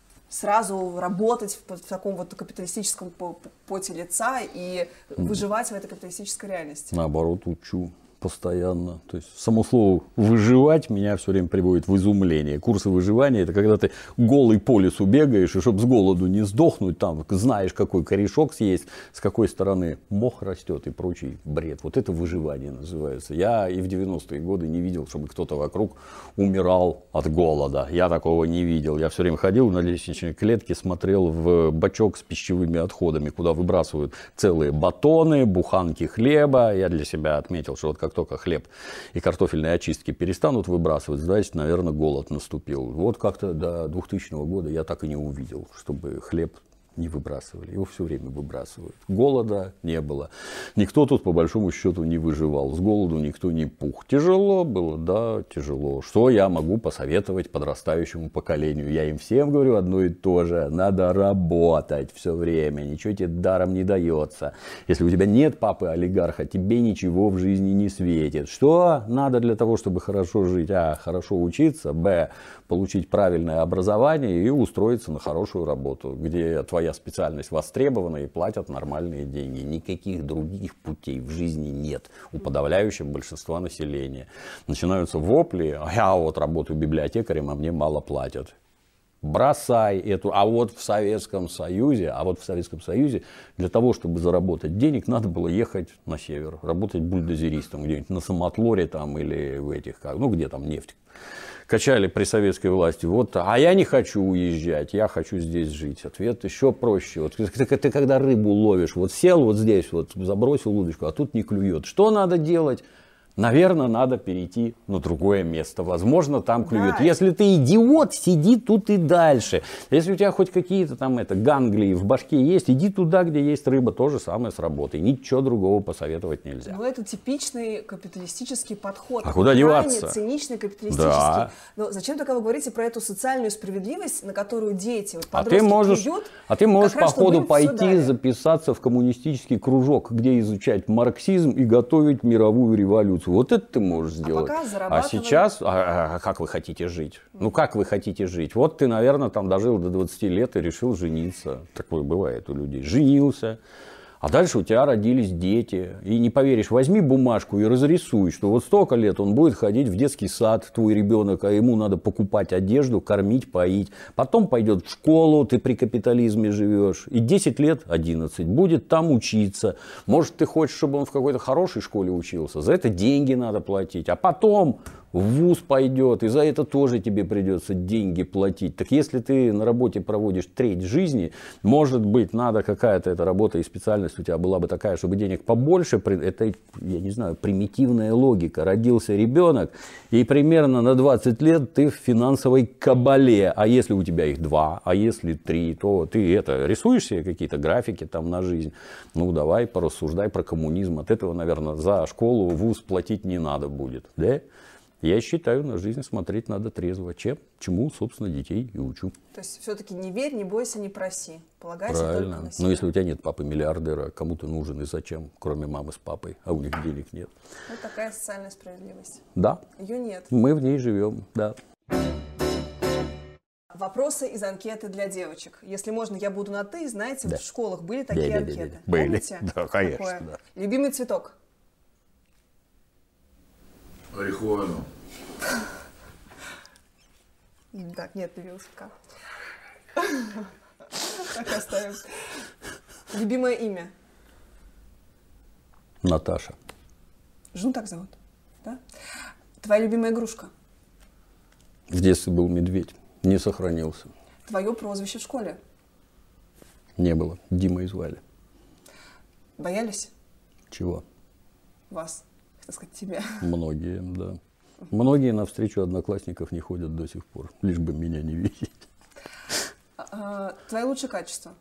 сразу работать в, в таком вот капиталистическом поте лица и выживать в этой капиталистической реальности? Наоборот, учу постоянно. То есть само слово «выживать» меня все время приводит в изумление. Курсы выживания — это когда ты голый по лесу бегаешь, и чтобы с голоду не сдохнуть, там знаешь, какой корешок съесть, с какой стороны мох растет и прочий бред. Вот это выживание называется. Я и в девяностые годы не видел, чтобы кто-то вокруг умирал от голода. Я такого не видел. Я все время ходил на лестничной клетке, смотрел в бачок с пищевыми отходами, куда выбрасывают целые батоны, буханки хлеба. Я для себя отметил, что вот как только хлеб и картофельные очистки перестанут выбрасывать, значит, наверное, голод наступил. Вот как-то до двухтысячного года я так и не увидел, чтобы хлеб не выбрасывали. Его все время выбрасывают. Голода не было. Никто тут, по большому счету, не выживал. С голоду никто не пух. Тяжело было? Да, тяжело. Что я могу посоветовать подрастающему поколению? Я им всем говорю одно и то же. Надо работать все время. Ничего тебе даром не дается. Если у тебя нет папы-олигарха, тебе ничего в жизни не светит. Что надо для того, чтобы хорошо жить? А, хорошо учиться. Б, получить правильное образование и устроиться на хорошую работу, где твоя специальность востребована и платят нормальные деньги. Никаких других путей в жизни нет у подавляющего большинства населения. Начинаются вопли: я вот работаю библиотекарем, а мне мало платят. Бросай эту. А вот в Советском Союзе, а вот в Советском Союзе для того, чтобы заработать денег, надо было ехать на север, работать бульдозеристом где-нибудь на самотлоре там или в этих, ну где там нефть качали при советской власти. Вот, а я не хочу уезжать, я хочу здесь жить. Ответ еще проще. Вот ты, ты, ты когда рыбу ловишь, вот сел вот здесь, вот забросил удочку, а тут не клюет. Что надо делать? наверное, надо перейти на другое место. Возможно, там клюет. Да. Если ты идиот, сиди тут и дальше. Если у тебя хоть какие-то там это, ганглии в башке есть, иди туда, где есть рыба. То же самое с работой. Ничего другого посоветовать нельзя. Ну, это типичный капиталистический подход. А куда деваться? Циничный капиталистический. Да. Но зачем только вы говорите про эту социальную справедливость, на которую дети, вот А ты можешь, клюют, а ты можешь по ходу пойти дали. записаться в коммунистический кружок, где изучать марксизм и готовить мировую революцию. Вот это ты можешь сделать. А, пока а сейчас, а, а как вы хотите жить? Ну как вы хотите жить? Вот ты, наверное, там дожил до двадцати лет и решил жениться. Такое бывает у людей. Женился. А дальше у тебя родились дети. И не поверишь, возьми бумажку и разрисуй, что вот столько лет он будет ходить в детский сад, твой ребенок, а ему надо покупать одежду, кормить, поить. Потом пойдет в школу, ты при капитализме живешь. И десять лет, одиннадцать, будет там учиться. Может, ты хочешь, чтобы он в какой-то хорошей школе учился. За это деньги надо платить. А потом в вуз пойдет, и за это тоже тебе придется деньги платить. Так если ты на работе проводишь треть жизни, может быть, надо какая-то эта работа и специальность у тебя была бы такая, чтобы денег побольше. Это, я не знаю, примитивная логика. Родился ребенок, и примерно на двадцать лет ты в финансовой кабале. А если у тебя их два, а если три, то ты это рисуешь себе какие-то графики там на жизнь. Ну, давай порассуждай про коммунизм. От этого, наверное, за школу, вуз платить не надо будет. Да? Я считаю, на жизнь смотреть надо трезво. Чем? Чему, собственно, детей и учу. То есть, все-таки не верь, не бойся, не проси. Полагайся Правильно. только на себя. Но если у тебя нет папы-миллиардера, кому ты нужен и зачем, кроме мамы с папой, а у них денег нет? Вот такая социальная справедливость. Да. Ее нет. Мы в ней живем, да. Вопросы из анкеты для девочек. Если можно, я буду на «ты». Знаете, Да. вот в школах были такие Да, да, да, анкеты. да. Были. Помните? Да, конечно, Такое? да. Любимый цветок? Марихуану. Так, нет любимого цветка. Так оставим. Любимое имя? Наташа. Жену так зовут? Да? Твоя любимая игрушка? В детстве был медведь. Не сохранился. Твое прозвище в школе? Не было. Димой звали. Боялись Чего? вас? Хотел сказать, тебя. Многие, да. Многие навстречу одноклассников не ходят до сих пор, лишь бы меня не видеть. А, твои лучшие качества?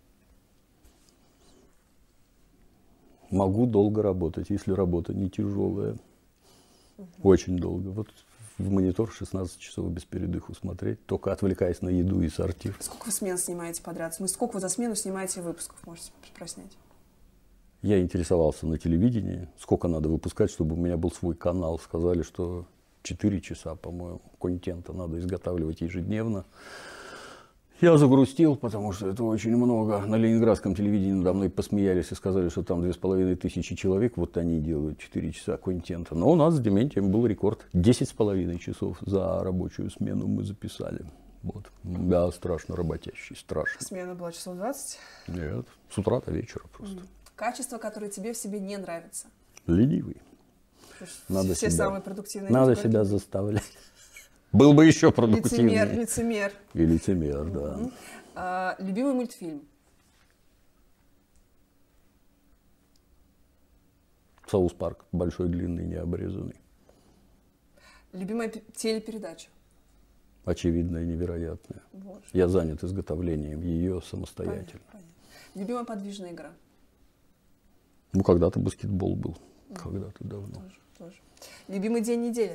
Могу долго работать, если работа не тяжелая. Очень долго. Вот в монитор шестнадцать часов без передыху смотреть, только отвлекаясь на еду и сортир. Сколько вы смен снимаете подряд? Мы сколько вы за смену снимаете выпусков, можете спроснять? Я интересовался на телевидении, сколько надо выпускать, чтобы у меня был свой канал. Сказали, что четыре часа, по-моему, контента надо изготавливать ежедневно. Я загрустил, потому что это очень много. На ленинградском телевидении надо мной посмеялись и сказали, что там две с половиной тысячи человек, вот они делают четыре часа контента. Но у нас с Дементием был рекорд. десять с половиной часов за рабочую смену мы записали. Вот. Да, страшно работящий, страшно. Смена была часов двадцать? Нет, с утра до вечера просто. Mm. Качество, которое тебе в себе не нравится? Ленивый. Надо Все себя, самые продуктивные надо люди, себя заставлять. Был бы еще продуктивнее. Лицемер, лицемер. И лицемер, да. Mm-hmm. А, любимый мультфильм? Саус Парк. Большой, длинный, необрезанный. Любимая телепередача? Очевидная и невероятная. Вот. Я занят изготовлением ее самостоятельно. Понятно, понятно. Любимая подвижная игра? Ну, когда-то баскетбол был. Mm. Когда-то давно. Тоже, тоже. Любимый день недели?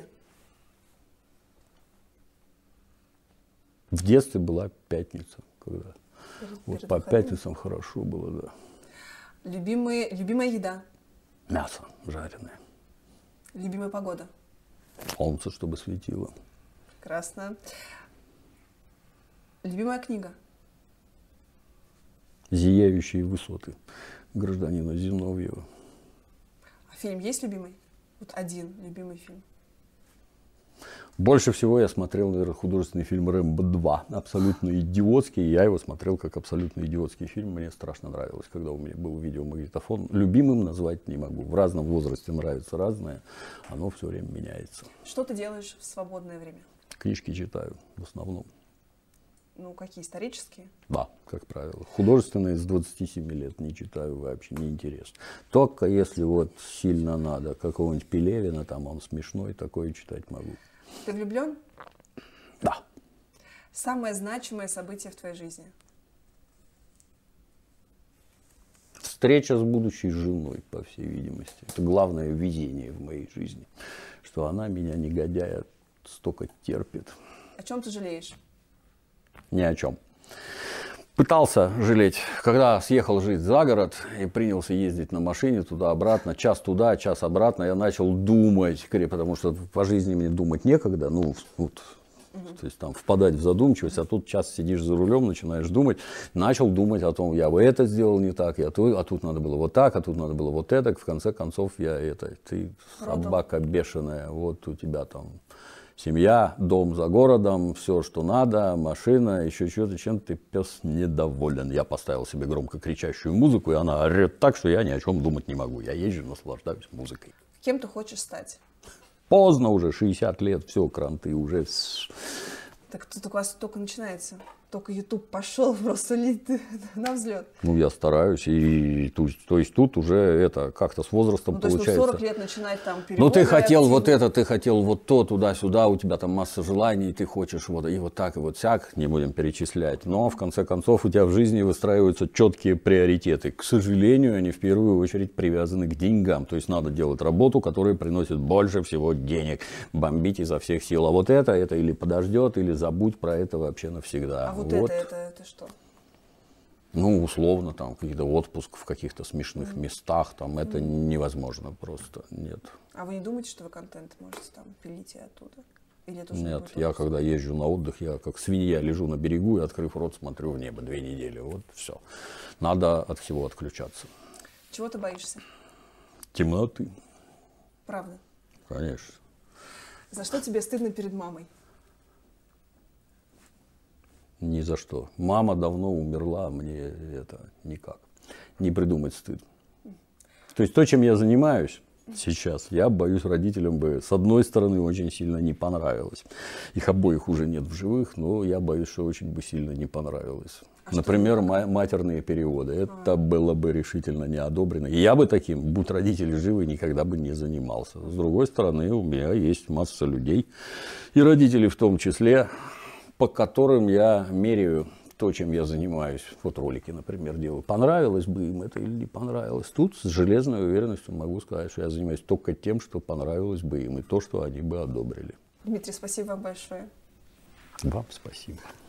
В детстве была пятница. Когда Перед, вот перед по выходным. пятницам хорошо было, да. Любимые, любимая еда? Мясо жареное. Любимая погода? Солнце, чтобы светило. Прекрасно. Любимая книга? «Зияющие высоты» гражданина Зиновьева. А фильм есть любимый? Вот один любимый фильм. Больше всего я смотрел, наверное, художественный фильм «Рэмбо два». Абсолютно идиотский. Я его смотрел как абсолютно идиотский фильм. Мне страшно нравилось, когда у меня был видеомагнитофон. Любимым назвать не могу. В разном возрасте нравится разное. Оно все время меняется. Что ты делаешь в свободное время? Книжки читаю в основном. Ну, какие, исторические? Да, как правило. Художественные с двадцати семи лет не читаю вообще, не интересно. Только если вот сильно надо, какого-нибудь Пелевина, там он смешной, такое читать могу. Ты влюблен? Да. Самое значимое событие в твоей жизни? Встреча с будущей женой, по всей видимости. Это главное везение в моей жизни, что она меня, негодяя, столько терпит. О чем ты жалеешь? Ни о чем. Пытался жалеть, когда съехал жить за город и принялся ездить на машине туда-обратно, час туда, час обратно, я начал думать, потому что по жизни мне думать некогда, ну, вот, то есть там впадать в задумчивость, а тут час сидишь за рулем, начинаешь думать, начал думать о том, я бы это сделал не так, я то, а тут надо было вот так, а тут надо было вот это, в конце концов я это, ты собака бешеная, вот у тебя там семья, дом за городом, все, что надо, машина, еще что-то, чем ты, пес, недоволен. Я поставил себе громко кричащую музыку, и она орет так, что я ни о чем думать не могу. Я езжу, наслаждаюсь музыкой. Кем ты хочешь стать? Поздно уже, шестьдесят лет, все, кранты уже. Так тут у вас только начинается. Только YouTube пошел просто на взлет. Ну, я стараюсь. И, то, то есть тут уже это как-то с возрастом ну, то есть, получается. Ну, сорок лет начинать там переводы. Ну, ты хотел активно. вот это, ты хотел вот то, туда-сюда, у тебя там масса желаний, ты хочешь вот и вот так, и вот сяк, не будем перечислять. Но, в конце концов, у тебя в жизни выстраиваются четкие приоритеты. К сожалению, они в первую очередь привязаны к деньгам. То есть, надо делать работу, которая приносит больше всего денег. Бомбить изо всех сил. А вот это, это или подождет, или забудь про это вообще навсегда. А вот, вот. это, это, это что? Ну, условно, там, какие-то отпуск в каких-то смешных mm. местах, там, это mm. невозможно просто, нет. А вы не думаете, что вы контент можете там пилить и оттуда? Или это уже нет, я когда езжу на отдых, я как свинья лежу на берегу и, открыв рот, смотрю в небо две недели, вот, все. Надо от всего отключаться. Чего ты боишься? Темноты. Правда? Конечно. За что тебе стыдно перед мамой? Ни за что. Мама давно умерла, мне это никак. Не придумать стыд. То есть то, чем я занимаюсь сейчас, я боюсь, родителям бы с одной стороны очень сильно не понравилось. Их обоих уже нет в живых, но я боюсь, что очень бы сильно не понравилось. А Например, ма- матерные переводы. Это а. было бы решительно не одобрено. И я бы таким, будь родители живы, никогда бы не занимался. С другой стороны, у меня есть масса людей, и родители в том числе, по которым я меряю то, чем я занимаюсь. Вот ролики, например, делаю. Понравилось бы им это или не понравилось. Тут с железной уверенностью могу сказать, что я занимаюсь только тем, что понравилось бы им, и то, что они бы одобрили. Дмитрий, спасибо вам большое. Вам спасибо.